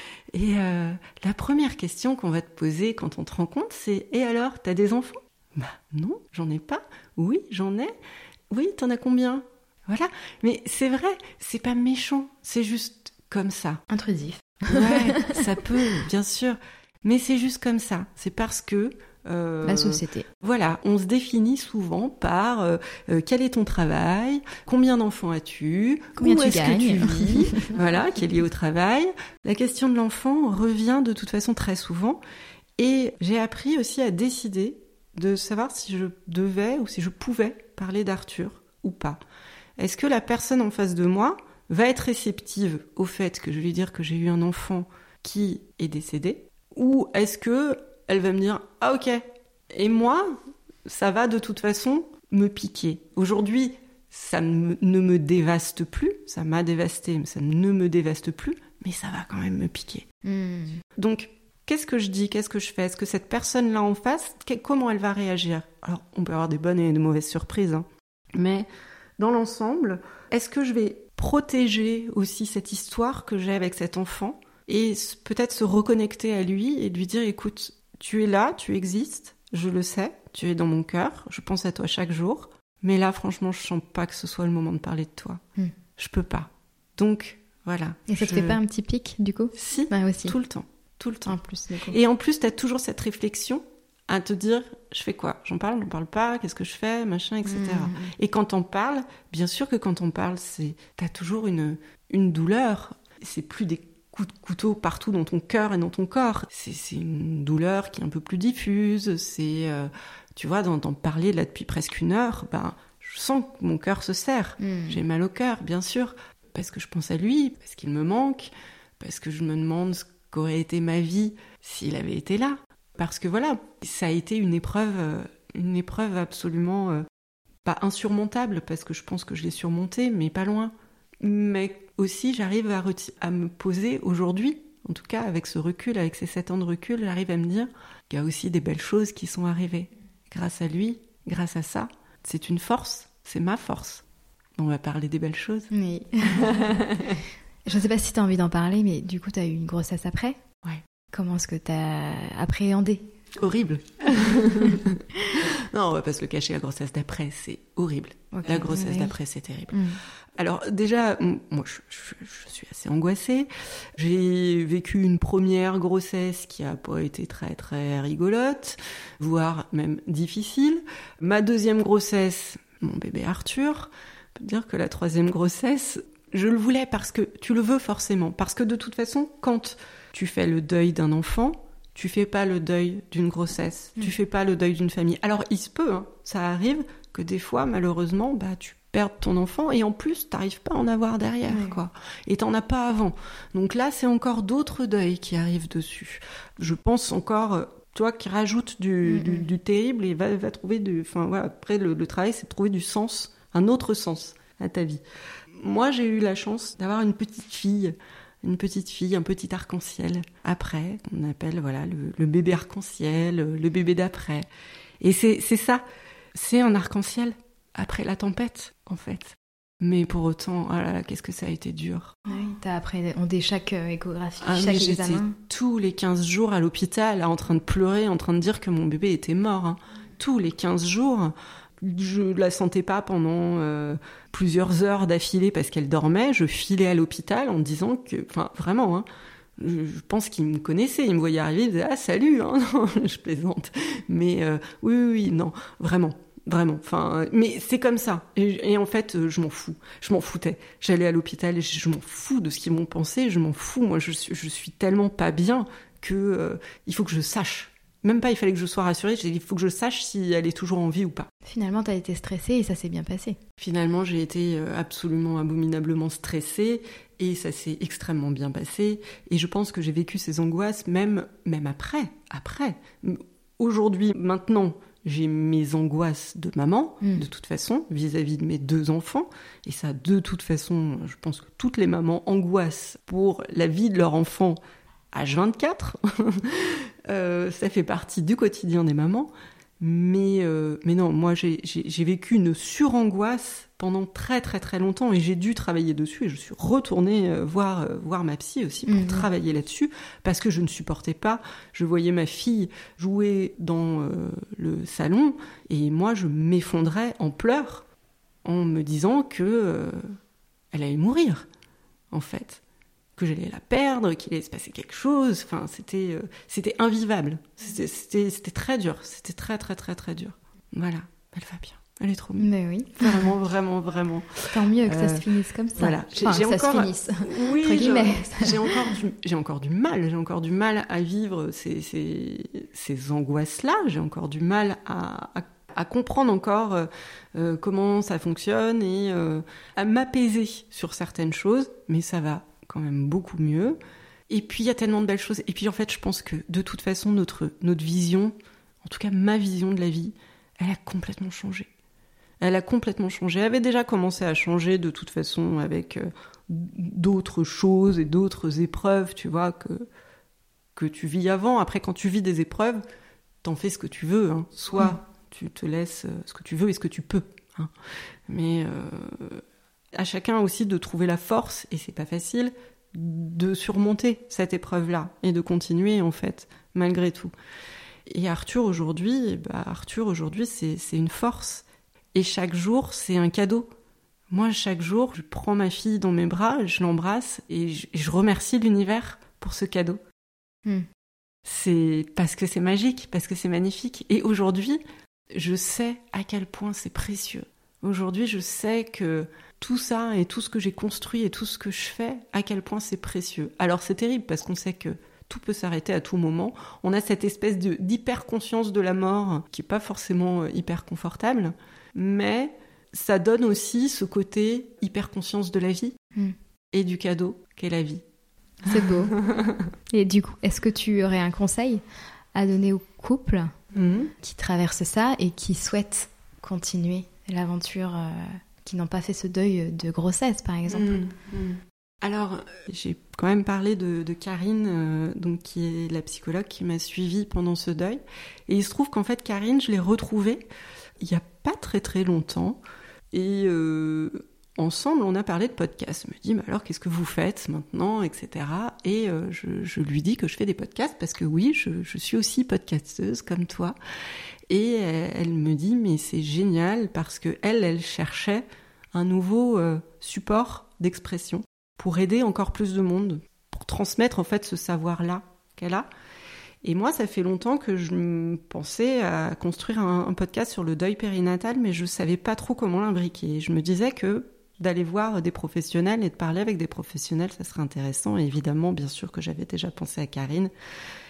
Et euh, la première question qu'on va te poser quand on te rencontre, c'est « Et alors, t'as des enfants ?» Bah non, j'en ai pas. Oui, j'en ai. Oui, t'en as combien ? Voilà. Mais c'est vrai, c'est pas méchant, c'est juste comme ça. Intrusif. Ouais, ça peut, bien sûr. Mais c'est juste comme ça. C'est parce que... Euh, la société. Voilà, on se définit souvent par euh, euh, quel est ton travail, combien d'enfants as-tu, combien où tu est-ce gagnes, que tu vis, voilà, qui est lié au travail. La question de l'enfant revient de toute façon très souvent. Et j'ai appris aussi à décider de savoir si je devais ou si je pouvais parler d'Arthur ou pas. Est-ce que la personne en face de moi va être réceptive au fait que je lui dire que j'ai eu un enfant qui est décédé, ou est-ce que elle va me dire « Ah ok ». Et moi, ça va de toute façon me piquer. Aujourd'hui, ça ne me dévaste plus. Ça m'a dévasté, mais ça ne me dévaste plus. Mais ça va quand même me piquer. Mmh. Donc, qu'est-ce que je dis ? Qu'est-ce que je fais ? Est-ce que cette personne-là en face, comment elle va réagir ? Alors, on peut avoir des bonnes et de mauvaises surprises. Hein. Mais dans l'ensemble, est-ce que je vais protéger aussi cette histoire que j'ai avec cet enfant et peut-être se reconnecter à lui et lui dire « Écoute, tu es là, tu existes, je le sais, tu es dans mon cœur, je pense à toi chaque jour, mais là, franchement, je sens pas que ce soit le moment de parler de toi. Mm. Je peux pas. Donc, voilà. Et ça je... te fait pas un petit pic, du coup ? Si, bah, aussi. tout le temps, tout le temps. En plus, du coup. Et en plus, t'as toujours cette réflexion à te dire, je fais quoi ? J'en parle, j'en parle pas, qu'est-ce que je fais, machin, et cetera. Mm. Et quand on parle, bien sûr que quand on parle, c'est... t'as toujours une, une douleur. C'est plus des coups de couteau partout dans ton cœur et dans ton corps. C'est, c'est une douleur qui est un peu plus diffuse. C'est, euh, tu vois, d'en parler là depuis presque une heure, ben, je sens que mon cœur se serre. Mm. J'ai mal au cœur, bien sûr, parce que je pense à lui, parce qu'il me manque, parce que je me demande ce qu'aurait été ma vie s'il avait été là. Parce que voilà, ça a été une épreuve, une épreuve absolument euh, pas insurmontable, parce que je pense que je l'ai surmontée, mais pas loin. Mais aussi, j'arrive à, reti- à me poser aujourd'hui, en tout cas avec ce recul, avec ces sept ans de recul, j'arrive à me dire qu'il y a aussi des belles choses qui sont arrivées. Grâce à lui, grâce à ça, c'est une force, c'est ma force. On va parler des belles choses. Oui. Je ne sais pas si tu as envie d'en parler, mais du coup, tu as eu une grossesse après ? Ouais. Comment est-ce que tu as appréhendé ? Horrible. Non, on va pas se le cacher, la grossesse d'après, c'est horrible. Okay, la grossesse oui. d'après, c'est terrible. Mm. Alors déjà, moi, je, je, je suis assez angoissée. J'ai vécu une première grossesse qui a pas été très, très rigolote, voire même difficile. Ma deuxième grossesse, mon bébé Arthur, je peux te dire que la troisième grossesse, je le voulais parce que tu le veux forcément. Parce que de toute façon, quand tu fais le deuil d'un enfant, tu fais pas le deuil d'une grossesse, mmh. tu fais pas le deuil d'une famille. Alors, il se peut, hein, ça arrive que des fois, malheureusement, bah, tu perdre ton enfant et en plus t'arrives pas à en avoir derrière, ouais. quoi. Et t'en as pas avant. Donc là, c'est encore d'autres deuils qui arrivent dessus. Je pense encore, toi, qui rajoute du, mm-hmm. du, du terrible et va, va trouver du. Enfin voilà. Après, le, le travail, c'est de trouver du sens, un autre sens à ta vie. Moi, j'ai eu la chance d'avoir une petite fille, une petite fille, un petit arc-en-ciel après, qu'on appelle voilà le, le bébé arc-en-ciel, le bébé d'après. Et c'est, c'est ça, c'est un arc-en-ciel. Après la tempête, en fait. Mais pour autant, oh là là, qu'est-ce que ça a été dur. Oui, t'as après, on dit chaque échographie, ah, chaque examen. J'étais tous les quinze jours à l'hôpital, en train de pleurer, en train de dire que mon bébé était mort. Hein. Tous les quinze jours, je la sentais pas pendant euh, plusieurs heures d'affilée parce qu'elle dormait. Je filais à l'hôpital en disant que, enfin, vraiment, hein, je pense qu'il me connaissait, il me voyait arriver, il disait « Ah, salut hein. !» Non, je plaisante. Mais euh, oui, oui, oui, non, vraiment. Vraiment, enfin, mais c'est comme ça. Et, et en fait, je m'en fous. Je m'en foutais. J'allais à l'hôpital et je, je m'en fous de ce qu'ils m'ont pensé. Je m'en fous. Moi, je, je suis tellement pas bien que euh, il faut que je sache. Même pas, il fallait que je sois rassurée. J'ai dit, il faut que je sache si elle est toujours en vie ou pas. Finalement, t'as été stressée et ça s'est bien passé. Finalement, j'ai été absolument abominablement stressée et ça s'est extrêmement bien passé. Et je pense que j'ai vécu ces angoisses même, même après. Après. Aujourd'hui, maintenant, j'ai mes angoisses de maman, mmh. de toute façon, vis-à-vis de mes deux enfants. Et ça, de toute façon, je pense que toutes les mamans angoissent pour la vie de leur enfant H vingt-quatre. euh, ça fait partie du quotidien des mamans. Mais, euh, mais non, moi, j'ai, j'ai, j'ai vécu une surangoisse pendant très, très, très longtemps et j'ai dû travailler dessus. Et je suis retournée euh, voir, euh, voir ma psy aussi pour mmh. travailler là-dessus parce que je ne supportais pas. Je voyais ma fille jouer dans euh, le salon et moi, je m'effondrais en pleurs en me disant que euh, elle allait mourir, en fait. Que j'allais la perdre, qu'il allait se passer quelque chose. Enfin, c'était, euh, c'était invivable. C'était, c'était, c'était très dur. C'était très, très, très, très dur. Voilà, elle va bien. Elle est trop mieux. Mais oui. Vraiment, vraiment, vraiment. Tant mieux que ça euh, se finisse comme ça. Voilà. J'ai, enfin, j'ai ça encore, se finisse. Oui, entre guillemets. J'ai encore, du, j'ai encore du mal. J'ai encore du mal à vivre ces, ces, ces angoisses-là. J'ai encore du mal à, à à comprendre encore euh, euh, comment ça fonctionne et euh, à m'apaiser sur certaines choses. Mais ça va quand même beaucoup mieux. Et puis, il y a tellement de belles choses. Et puis, en fait, je pense que, de toute façon, notre, notre vision, en tout cas, ma vision de la vie, elle a complètement changé. Elle a complètement changé. Elle avait déjà commencé à changer, de toute façon, avec euh, d'autres choses et d'autres épreuves, tu vois, que, que tu vis avant. Après, quand tu vis des épreuves, t'en fais ce que tu veux. Hein. Soit mmh. tu te laisses ce que tu veux et ce que tu peux. Hein. Mais... Euh, à chacun aussi de trouver la force, et c'est pas facile, de surmonter cette épreuve-là et de continuer, en fait, malgré tout. Et Arthur, aujourd'hui, bah, Arthur, aujourd'hui, c'est, c'est une force. Et chaque jour, c'est un cadeau. Moi, chaque jour, je prends ma fille dans mes bras, je l'embrasse, et je, et je remercie l'univers pour ce cadeau. Mm. C'est parce que c'est magique, parce que c'est magnifique. Et aujourd'hui, je sais à quel point c'est précieux. Aujourd'hui, je sais que tout ça et tout ce que j'ai construit et tout ce que je fais, à quel point c'est précieux. Alors c'est terrible parce qu'on sait que tout peut s'arrêter à tout moment. On a cette espèce de, d'hyper-conscience de la mort qui n'est pas forcément hyper confortable, mais ça donne aussi ce côté hyper-conscience de la vie mmh. et du cadeau qu'est la vie. C'est beau. Et du coup, est-ce que tu aurais un conseil à donner aux couples mmh. qui traversent ça et qui souhaitent continuer l'aventure, euh, qui n'ont pas fait ce deuil de grossesse, par exemple. Mmh, mmh. Alors, j'ai quand même parlé de, de Karine, euh, donc, qui est la psychologue qui m'a suivie pendant ce deuil. Et il se trouve qu'en fait, Karine, je l'ai retrouvée il n'y a pas très très longtemps. Et euh, ensemble, on a parlé de podcasts. Elle me dit, mais alors, qu'est-ce que vous faites maintenant, et cetera. Et euh, je, je lui dis que je fais des podcasts, parce que oui, je, je suis aussi podcasteuse, comme toi. Et elle me dit, mais c'est génial parce que elle, elle cherchait un nouveau euh, support d'expression pour aider encore plus de monde, pour transmettre en fait ce savoir-là qu'elle a. Et moi, ça fait longtemps que je pensais à construire un, un podcast sur le deuil périnatal, mais je savais pas trop comment l'imbriquer. Je me disais que d'aller voir des professionnels et de parler avec des professionnels, ça serait intéressant. Et évidemment, bien sûr que j'avais déjà pensé à Karine.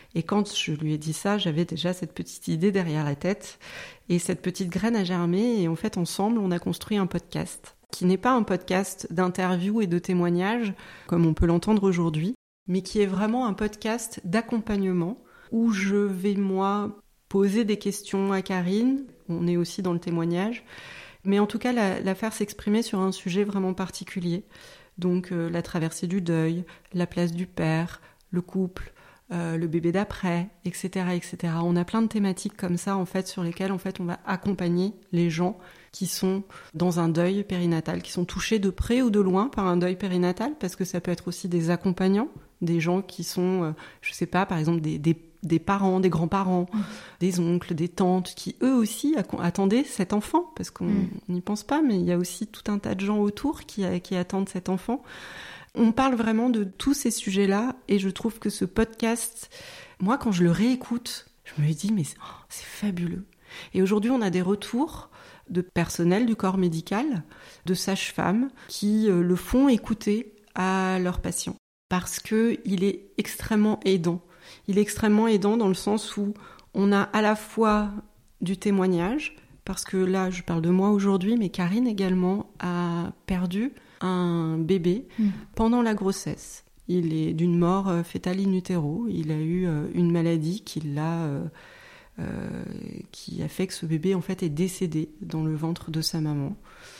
Et quand je lui ai dit ça, j'avais déjà cette petite idée derrière la tête. Et cette petite graine a germé. Et en fait, ensemble, on a construit un podcast qui n'est pas un podcast d'interviews et de témoignages, comme on peut l'entendre aujourd'hui, mais qui est vraiment un podcast d'accompagnement où je vais, moi, poser des questions à Karine. On est aussi dans le témoignage. Mais en tout cas, la, la faire s'exprimer sur un sujet vraiment particulier. Donc, euh, la traversée du deuil, la place du père, le couple, euh, le bébé d'après, et cetera, et cetera. On a plein de thématiques comme ça, en fait, sur lesquelles, en fait, on va accompagner les gens qui sont dans un deuil périnatal, qui sont touchés de près ou de loin par un deuil périnatal, parce que ça peut être aussi des accompagnants, des gens qui sont, euh, je sais pas, par exemple, des, des, des parents, des grands-parents, mmh. des oncles, des tantes, qui eux aussi attendaient cet enfant, parce qu'on mmh. n'y pense pas, mais il y a aussi tout un tas de gens autour qui, qui attendent cet enfant. On parle vraiment de tous ces sujets-là, et je trouve que ce podcast, moi, quand je le réécoute, je me dis, mais c'est, oh, c'est fabuleux. Et aujourd'hui, on a des retours de personnel du corps médical, de sages-femmes, qui euh, le font écouter à leurs patients. Parce qu'il est extrêmement aidant. Il est extrêmement aidant dans le sens où on a à la fois du témoignage, parce que là, je parle de moi aujourd'hui, mais Karine également a perdu un bébé mmh. pendant la grossesse. Il est d'une mort fétale in utero. Il a eu une maladie qui l'a, euh, euh, qui a fait que ce bébé en fait est décédé dans le ventre de sa maman.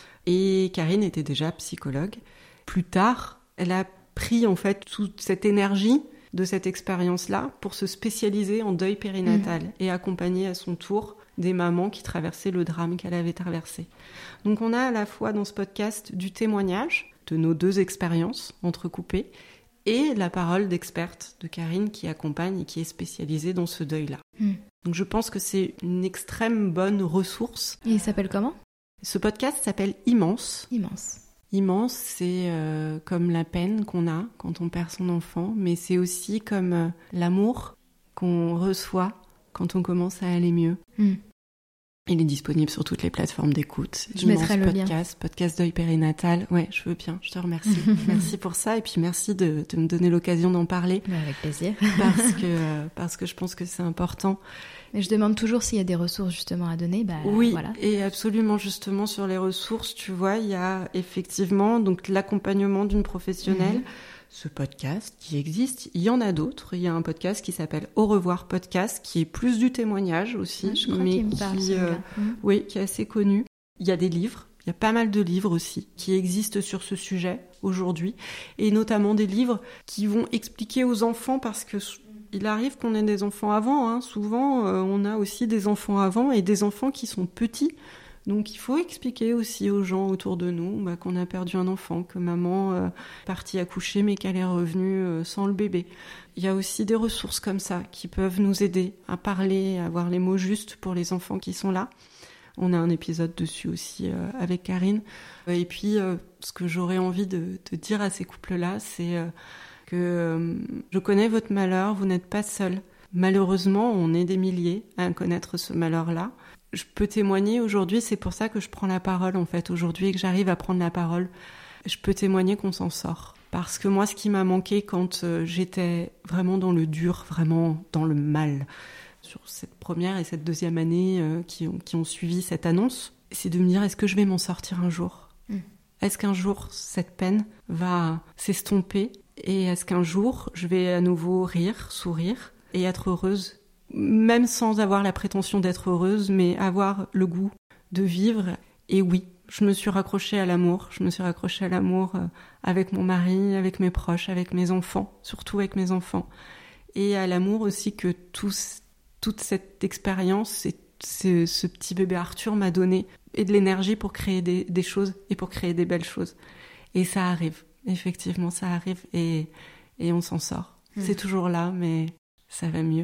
Et Karine était déjà psychologue. Plus tard, elle a pris en fait toute cette énergie de cette expérience-là pour se spécialiser en deuil périnatal mmh. et accompagner à son tour des mamans qui traversaient le drame qu'elle avait traversé. Donc on a à la fois dans ce podcast du témoignage de nos deux expériences entrecoupées et la parole d'experte de Karine qui accompagne et qui est spécialisée dans ce deuil-là. Mmh. Donc je pense que c'est une extrême bonne ressource. Et il s'appelle comment ? Ce podcast s'appelle Immense. Immense. Immense, c'est euh, comme la peine qu'on a quand on perd son enfant, mais c'est aussi comme euh, l'amour qu'on reçoit quand on commence à aller mieux. Mm. Il est disponible sur toutes les plateformes d'écoute. Je Immense mettrai le podcast, lien. Podcast deuil périnatal. Ouais, je veux bien, je te remercie. Merci pour ça et puis merci de, de me donner l'occasion d'en parler. Avec plaisir. parce, que, euh, parce que je pense que c'est important. Mais je demande toujours s'il y a des ressources justement à donner. Bah, oui, voilà. Et absolument justement sur les ressources, tu vois, il y a effectivement donc l'accompagnement d'une professionnelle, mmh. ce podcast qui existe. Il y en a d'autres. Il y a un podcast qui s'appelle Au revoir podcast, qui est plus du témoignage aussi, ah, je crois mais qu'il me qui, parle, euh, mmh. oui, qui est assez connu. Il y a des livres. Il y a pas mal de livres aussi qui existent sur ce sujet aujourd'hui, et notamment des livres qui vont expliquer aux enfants parce que il arrive qu'on ait des enfants avant, hein. Souvent euh, on a aussi des enfants avant et des enfants qui sont petits. Donc il faut expliquer aussi aux gens autour de nous bah, qu'on a perdu un enfant, que maman euh, est partie accoucher mais qu'elle est revenue euh, sans le bébé. Il y a aussi des ressources comme ça qui peuvent nous aider à parler, à avoir les mots justes pour les enfants qui sont là. On a un épisode dessus aussi euh, avec Karine. Et puis euh, ce que j'aurais envie de, de dire à ces couples-là, c'est... Euh, que euh, je connais votre malheur, vous n'êtes pas seul. Malheureusement, on est des milliers à connaître ce malheur-là. Je peux témoigner aujourd'hui, c'est pour ça que je prends la parole en fait aujourd'hui et que j'arrive à prendre la parole. Je peux témoigner qu'on s'en sort. Parce que moi, ce qui m'a manqué quand euh, j'étais vraiment dans le dur, vraiment dans le mal, sur cette première et cette deuxième année euh, qui, ont, qui ont suivi cette annonce, c'est de me dire, est-ce que je vais m'en sortir un jour ? mmh. Est-ce qu'un jour, cette peine va s'estomper ? Et est-ce qu'un jour, je vais à nouveau rire, sourire et être heureuse, même sans avoir la prétention d'être heureuse, mais avoir le goût de vivre. Et oui, je me suis raccrochée à l'amour. Je me suis raccrochée à l'amour avec mon mari, avec mes proches, avec mes enfants, surtout avec mes enfants. Et à l'amour aussi que tout, toute cette expérience, et ce, ce petit bébé Arthur m'a donné, et de l'énergie pour créer des, des choses et pour créer des belles choses. Et ça arrive. Effectivement, ça arrive et, et on s'en sort. Mmh. C'est toujours là, mais ça va mieux.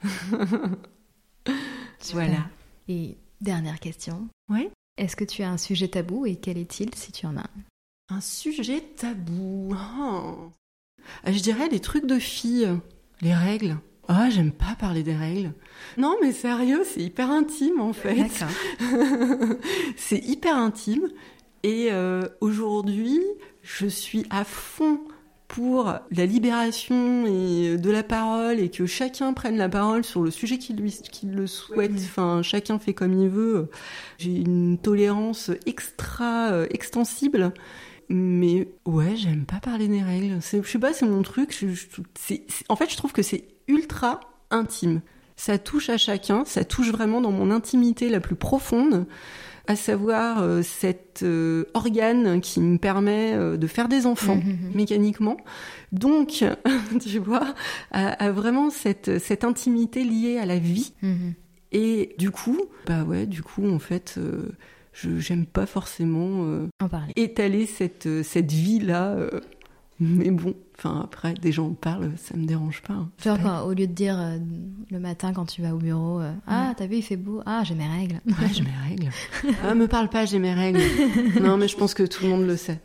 Voilà. Et dernière question. Oui. Est-ce que tu as un sujet tabou et quel est-il si tu en as un ? Un sujet tabou. Oh. Je dirais les trucs de filles, les règles. Ah, oh, j'aime pas parler des règles. Non, mais sérieux, c'est hyper intime en fait. D'accord. C'est hyper intime. Et euh, aujourd'hui, je suis à fond pour la libération et de la parole et que chacun prenne la parole sur le sujet qu'il lui qu'il le souhaite. Enfin, chacun fait comme il veut. J'ai une tolérance extra euh, extensible. Mais ouais, j'aime pas parler des règles. C'est, je sais pas, c'est mon truc. Je, je, c'est, c'est, en fait, je trouve que c'est ultra intime. Ça touche à chacun. Ça touche vraiment dans mon intimité la plus profonde. À savoir euh, cet euh, organe qui me permet euh, de faire des enfants mmh. mécaniquement. Donc, tu vois, à, à vraiment cette, cette intimité liée à la vie. Mmh. Et du coup, bah ouais, du coup, en fait, euh, je j'aime pas forcément euh, en parler. étaler cette, cette vie-là. Euh, mais bon, enfin après, des gens en parlent, ça me dérange pas. Hein. Genre, quand, au lieu de dire euh, le matin quand tu vas au bureau, euh, ah, t'as vu, il fait beau, ah, j'ai mes règles. Ouais, j'ai mes règles. Ah, me parle pas, j'ai mes règles. Non, mais je pense que tout le monde le sait.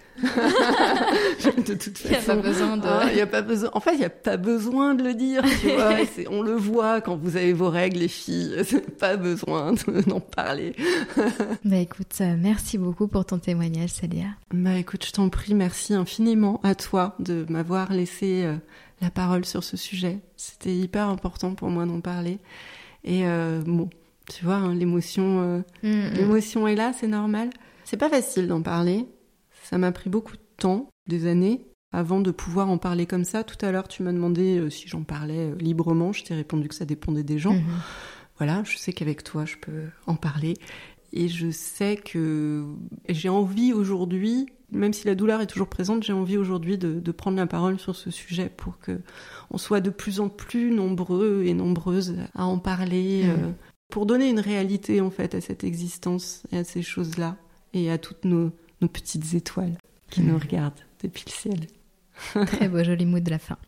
De toute façon. Il n'y a pas besoin de... Ah, y a pas besoin... En fait, il n'y a pas besoin de le dire, tu vois. C'est... On le voit quand vous avez vos règles, les filles. C'est pas besoin de... d'en parler. Bah écoute, euh, merci beaucoup pour ton témoignage, Célia. Bah écoute, je t'en prie, merci infiniment à toi de m'avoir laissé euh, la parole sur ce sujet. C'était hyper important pour moi d'en parler. Et euh, bon, tu vois, hein, l'émotion, euh, mmh, l'émotion est là, c'est normal. C'est pas facile d'en parler. Ça m'a pris beaucoup de temps, des années, avant de pouvoir en parler comme ça. Tout à l'heure, tu m'as demandé euh, si j'en parlais euh, librement. Je t'ai répondu que ça dépendait des gens. Mmh. Voilà, je sais qu'avec toi, je peux en parler. Et je sais que j'ai envie aujourd'hui, même si la douleur est toujours présente, j'ai envie aujourd'hui de, de prendre la parole sur ce sujet pour qu'on soit de plus en plus nombreux et nombreuses à en parler, mmh. euh, pour donner une réalité en fait à cette existence et à ces choses-là et à toutes nos, nos petites étoiles qui mmh. nous regardent depuis le ciel. Très beau joli mot de la fin.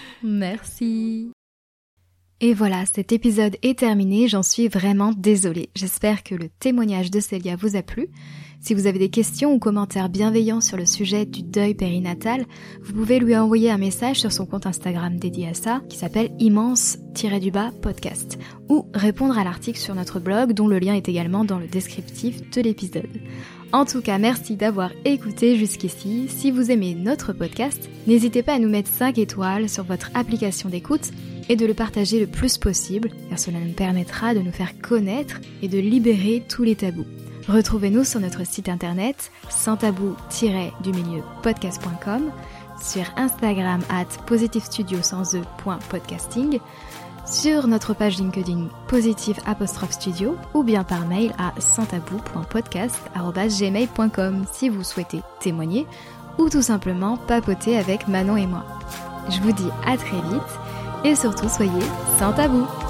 Merci. Et voilà, cet épisode est terminé, j'en suis vraiment désolée. J'espère que le témoignage de Célia vous a plu. Si vous avez des questions ou commentaires bienveillants sur le sujet du deuil périnatal, vous pouvez lui envoyer un message sur son compte Instagram dédié à ça, qui s'appelle immense-du-bas podcast, ou répondre à l'article sur notre blog, dont le lien est également dans le descriptif de l'épisode. En tout cas, merci d'avoir écouté jusqu'ici. Si vous aimez notre podcast, n'hésitez pas à nous mettre cinq étoiles sur votre application d'écoute et de le partager le plus possible, car cela nous permettra de nous faire connaître et de libérer tous les tabous. Retrouvez-nous sur notre site internet sans tabou tiret du milieu podcast point com, sur Instagram at positivestudio sans e point podcasting, sur notre page LinkedIn positive apostrophe studio ou bien par mail à sans tabou point podcast arobase gmail point com si vous souhaitez témoigner ou tout simplement papoter avec Manon et moi. Je vous dis à très vite et surtout soyez sans tabou.